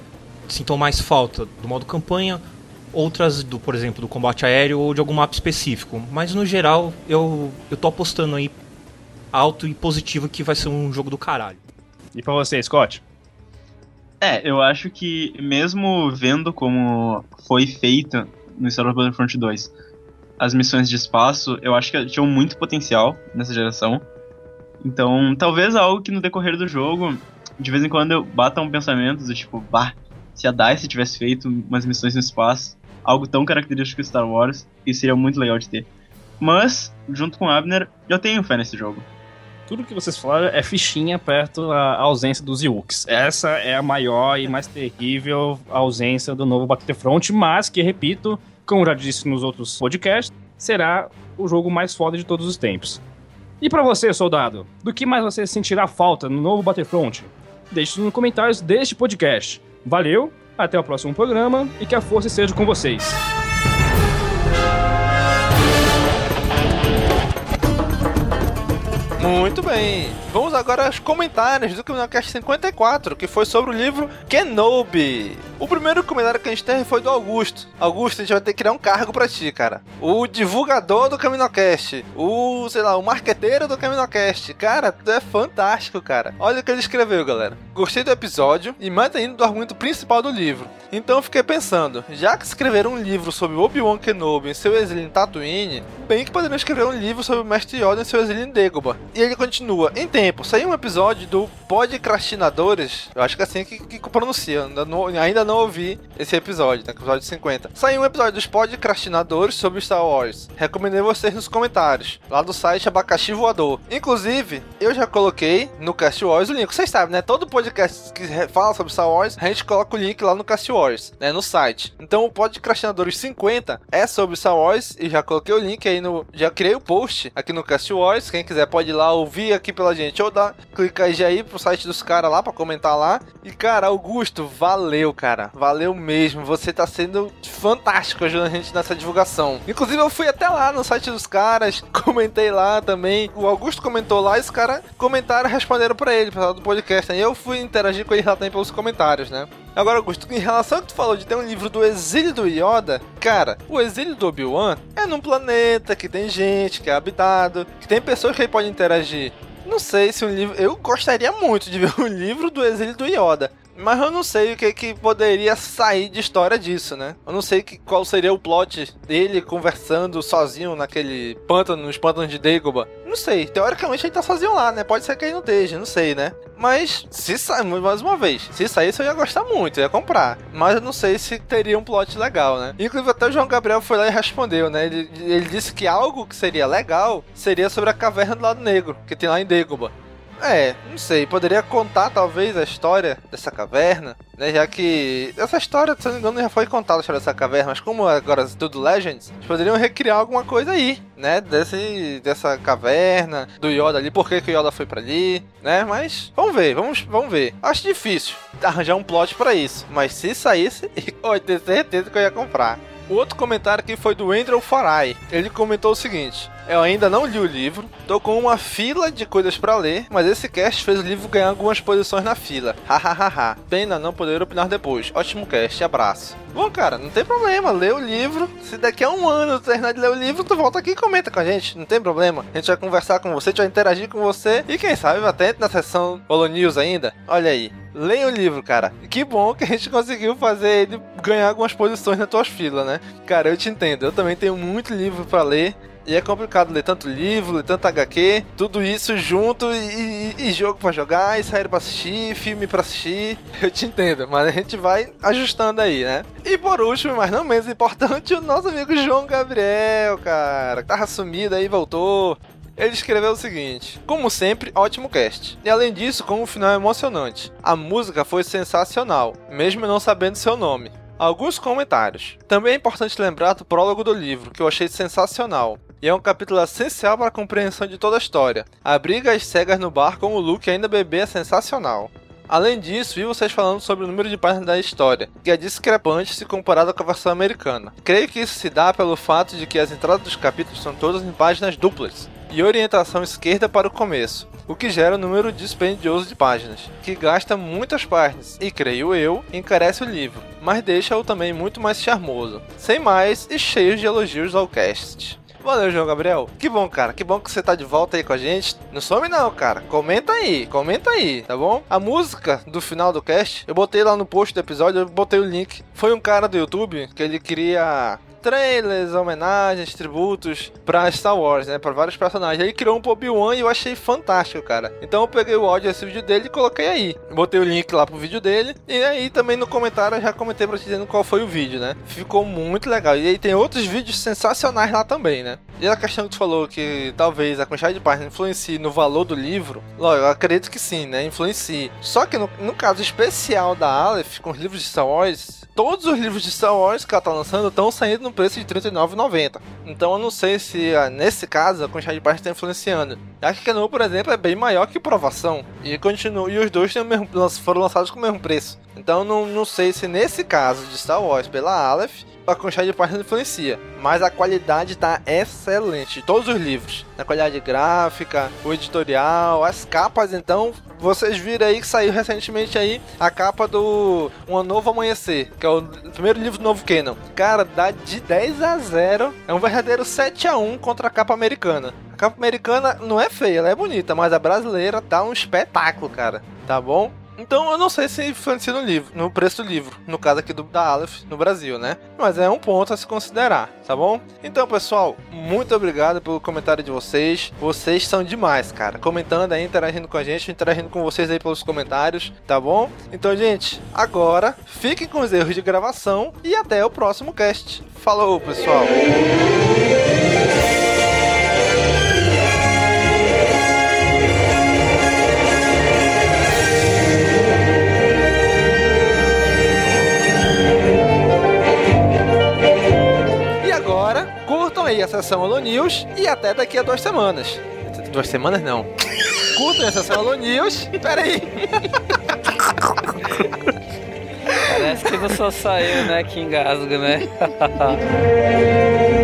do modo campanha, outras, por exemplo, do combate aéreo ou de algum mapa específico. Mas no geral, eu tô apostando aí alto e positivo que vai ser um jogo do caralho. E pra você, Scott? Eu acho que mesmo vendo como foi feita no Star Wars Battlefront 2 as missões de espaço, eu acho que tinham muito potencial nessa geração. Então, talvez algo que no decorrer do jogo, de vez em quando eu bata um pensamento do tipo, se a DICE tivesse feito umas missões no espaço, algo tão característico de Star Wars, isso seria muito legal de ter. Mas, junto com o Abner, eu tenho fé nesse jogo. Tudo que vocês falaram é fichinha perto da ausência dos EUX. Essa é a maior e mais terrível ausência do novo Battlefront, mas que, repito, como já disse nos outros podcasts, será o jogo mais foda de todos os tempos. E pra você, soldado, do que mais você sentirá falta no novo Battlefront? Deixe nos comentários deste podcast. Valeu, até o próximo programa e que a força esteja com vocês. Muito bem, vamos agora aos comentários do CaminoCast 54, que foi sobre o livro Kenobi. O primeiro comentário que a gente teve foi do Augusto. Augusto, a gente vai ter que criar um cargo pra ti, cara. O divulgador do CaminoCast, o marqueteiro do CaminoCast. Cara, tu é fantástico, cara. Olha o que ele escreveu, galera. Gostei do episódio e mantendo do argumento principal do livro. Então eu fiquei pensando, já que escreveram um livro sobre Obi-Wan Kenobi em seu exílio em Tatooine, bem que poderiam escrever um livro sobre o Mestre Yoda em seu exílio em Dagobah. E ele continua, em tempo, saiu um episódio do Podcrastinadores, eu acho que é assim que pronuncia, ainda não ouvi esse episódio, né, episódio 50. Saiu um episódio dos podcastinadores sobre Star Wars. Recomendei vocês nos comentários, lá do site Abacaxi Voador. Inclusive, eu já coloquei no Cast Wars o link. Vocês sabem, né? Todo podcast que fala sobre Star Wars, a gente coloca o link lá no Cast Wars, né, no site. Então o podcastinadores 50 é sobre Star Wars e já coloquei o link aí no... Já criei o post aqui no Cast Wars. Quem quiser pode ir lá ouvir aqui pela gente ou clicar já aí pro site dos caras lá pra comentar lá. E cara, Augusto, valeu, cara. Valeu mesmo. Você tá sendo fantástico ajudando a gente nessa divulgação. Inclusive eu fui até lá no site dos caras, comentei lá também. O Augusto comentou lá e os caras comentaram e responderam pra ele, pessoal do podcast. E eu fui interagir com ele lá também pelos comentários, né? Agora, Augusto, em relação ao que tu falou de ter um livro do exílio do Yoda, cara, o exílio do Obi-Wan é num planeta que tem gente, que é habitado, que tem pessoas que aí podem interagir. Não sei se um livro... Eu gostaria muito de ver um livro do exílio do Yoda. Mas eu não sei o que poderia sair de história disso, né? Eu não sei qual seria o plot dele conversando sozinho naquele pântano, nos pântanos de Dagobah. Não sei. Teoricamente ele tá sozinho lá, né? Pode ser que ele não esteja, não sei, né? Mas, se sair, mais uma vez, se saísse eu ia gostar muito, eu ia comprar. Mas eu não sei se teria um plot legal, né? Inclusive até o João Gabriel foi lá e respondeu, né? Ele disse que algo que seria legal seria sobre a caverna do lado negro, que tem lá em Dagobah. Não sei, poderia contar talvez a história dessa caverna, né, já que essa história, se não me engano, já foi contada a história dessa caverna, mas como agora é tudo Legends, eles poderiam recriar alguma coisa aí, né, dessa caverna, do Yoda ali, por que o Yoda foi pra ali, né, mas vamos ver. Acho difícil arranjar um plot pra isso, mas se saísse, eu ia ter certeza que eu ia comprar. O outro comentário aqui foi do Andrew Farai. Ele comentou o seguinte: eu ainda não li o livro, tô com uma fila de coisas pra ler, mas esse cast fez o livro ganhar algumas posições na fila. Hahaha. Pena não poder opinar depois. Ótimo cast, abraço. Bom, cara, não tem problema, lê o livro. Se daqui a um ano tu terminar de ler o livro, tu volta aqui e comenta com a gente, não tem problema. A gente vai conversar com você, a gente vai interagir com você e quem sabe até na sessão Holo News ainda. Olha aí. Leia o livro, cara. Que bom que a gente conseguiu fazer ele ganhar algumas posições na tua fila, né? Cara, eu te entendo. Eu também tenho muito livro pra ler. E é complicado ler tanto livro, ler tanto HQ, tudo isso junto e jogo pra jogar, e série pra assistir, filme pra assistir. Eu te entendo, mas a gente vai ajustando aí, né? E por último, mas não menos importante, o nosso amigo João Gabriel, cara. Tava sumido aí, voltou. Ele escreveu o seguinte: como sempre, ótimo cast. E além disso, com um final emocionante. A música foi sensacional, mesmo não sabendo seu nome. Alguns comentários. Também é importante lembrar do prólogo do livro, que eu achei sensacional. E é um capítulo essencial para a compreensão de toda a história. A briga às cegas no bar com o Luke ainda bebê é sensacional. Além disso, vi vocês falando sobre o número de páginas da história, que é discrepante se comparado com a versão americana. Creio que isso se dá pelo fato de que as entradas dos capítulos são todas em páginas duplas, e orientação esquerda para o começo, o que gera um número dispendioso de páginas, que gasta muitas páginas e, creio eu, encarece o livro, mas deixa-o também muito mais charmoso. Sem mais, e cheio de elogios ao cast. Valeu, João Gabriel. Que bom, cara. Que bom que você tá de volta aí com a gente. Não some não, cara. Comenta aí, tá bom? A música do final do cast, eu botei lá no post do episódio, eu botei o link. Foi um cara do YouTube que ele queria trailers, homenagens, tributos pra Star Wars, né, pra vários personagens. Ele criou um Obi-Wan e eu achei fantástico, cara. Então eu peguei o áudio desse vídeo dele e coloquei aí. Botei o link lá pro vídeo dele e aí também no comentário eu já comentei pra te dizendo qual foi o vídeo, né. Ficou muito legal. E aí tem outros vídeos sensacionais lá também, né. E a questão que tu falou que talvez a quantidade de páginas influencie no valor do livro, lógico, eu acredito que sim, né, influencie. Só que no caso especial da Aleph, com os livros de Star Wars, todos os livros de Star Wars que ela tá lançando estão saindo no preço de R$39,90. Então eu não sei se nesse caso a quantidade de páginas está influenciando. A Kenu, por exemplo, é bem maior que Provação. E os dois foram lançados com o mesmo preço. Então não sei se nesse caso de Star Wars pela Aleph a quantidade de páginas influencia, mas a qualidade tá excelente, todos os livros, a qualidade gráfica, o editorial, as capas. Então vocês viram aí que saiu recentemente aí a capa do Um Novo Amanhecer, que é o primeiro livro do novo canon. Cara, dá de 10-0, é um verdadeiro 7-1 contra a capa americana. A capa americana não é feia, ela é bonita, mas a brasileira tá um espetáculo, cara, tá bom? Então eu não sei se influencia no preço do livro, no caso aqui da Aleph no Brasil, né? Mas é um ponto a se considerar, tá bom? Então, pessoal, muito obrigado pelo comentário de vocês. Vocês são demais, cara. Comentando aí, interagindo com a gente, interagindo com vocês aí pelos comentários, tá bom? Então, gente, agora fiquem com os erros de gravação e até o próximo cast. Falou, pessoal! Curtam aí a sessão Alô News e até daqui a 2 semanas. 2 semanas não. Curtam a sessão Alô News. Pera aí. Parece que não só saiu, né? Que engasga, né?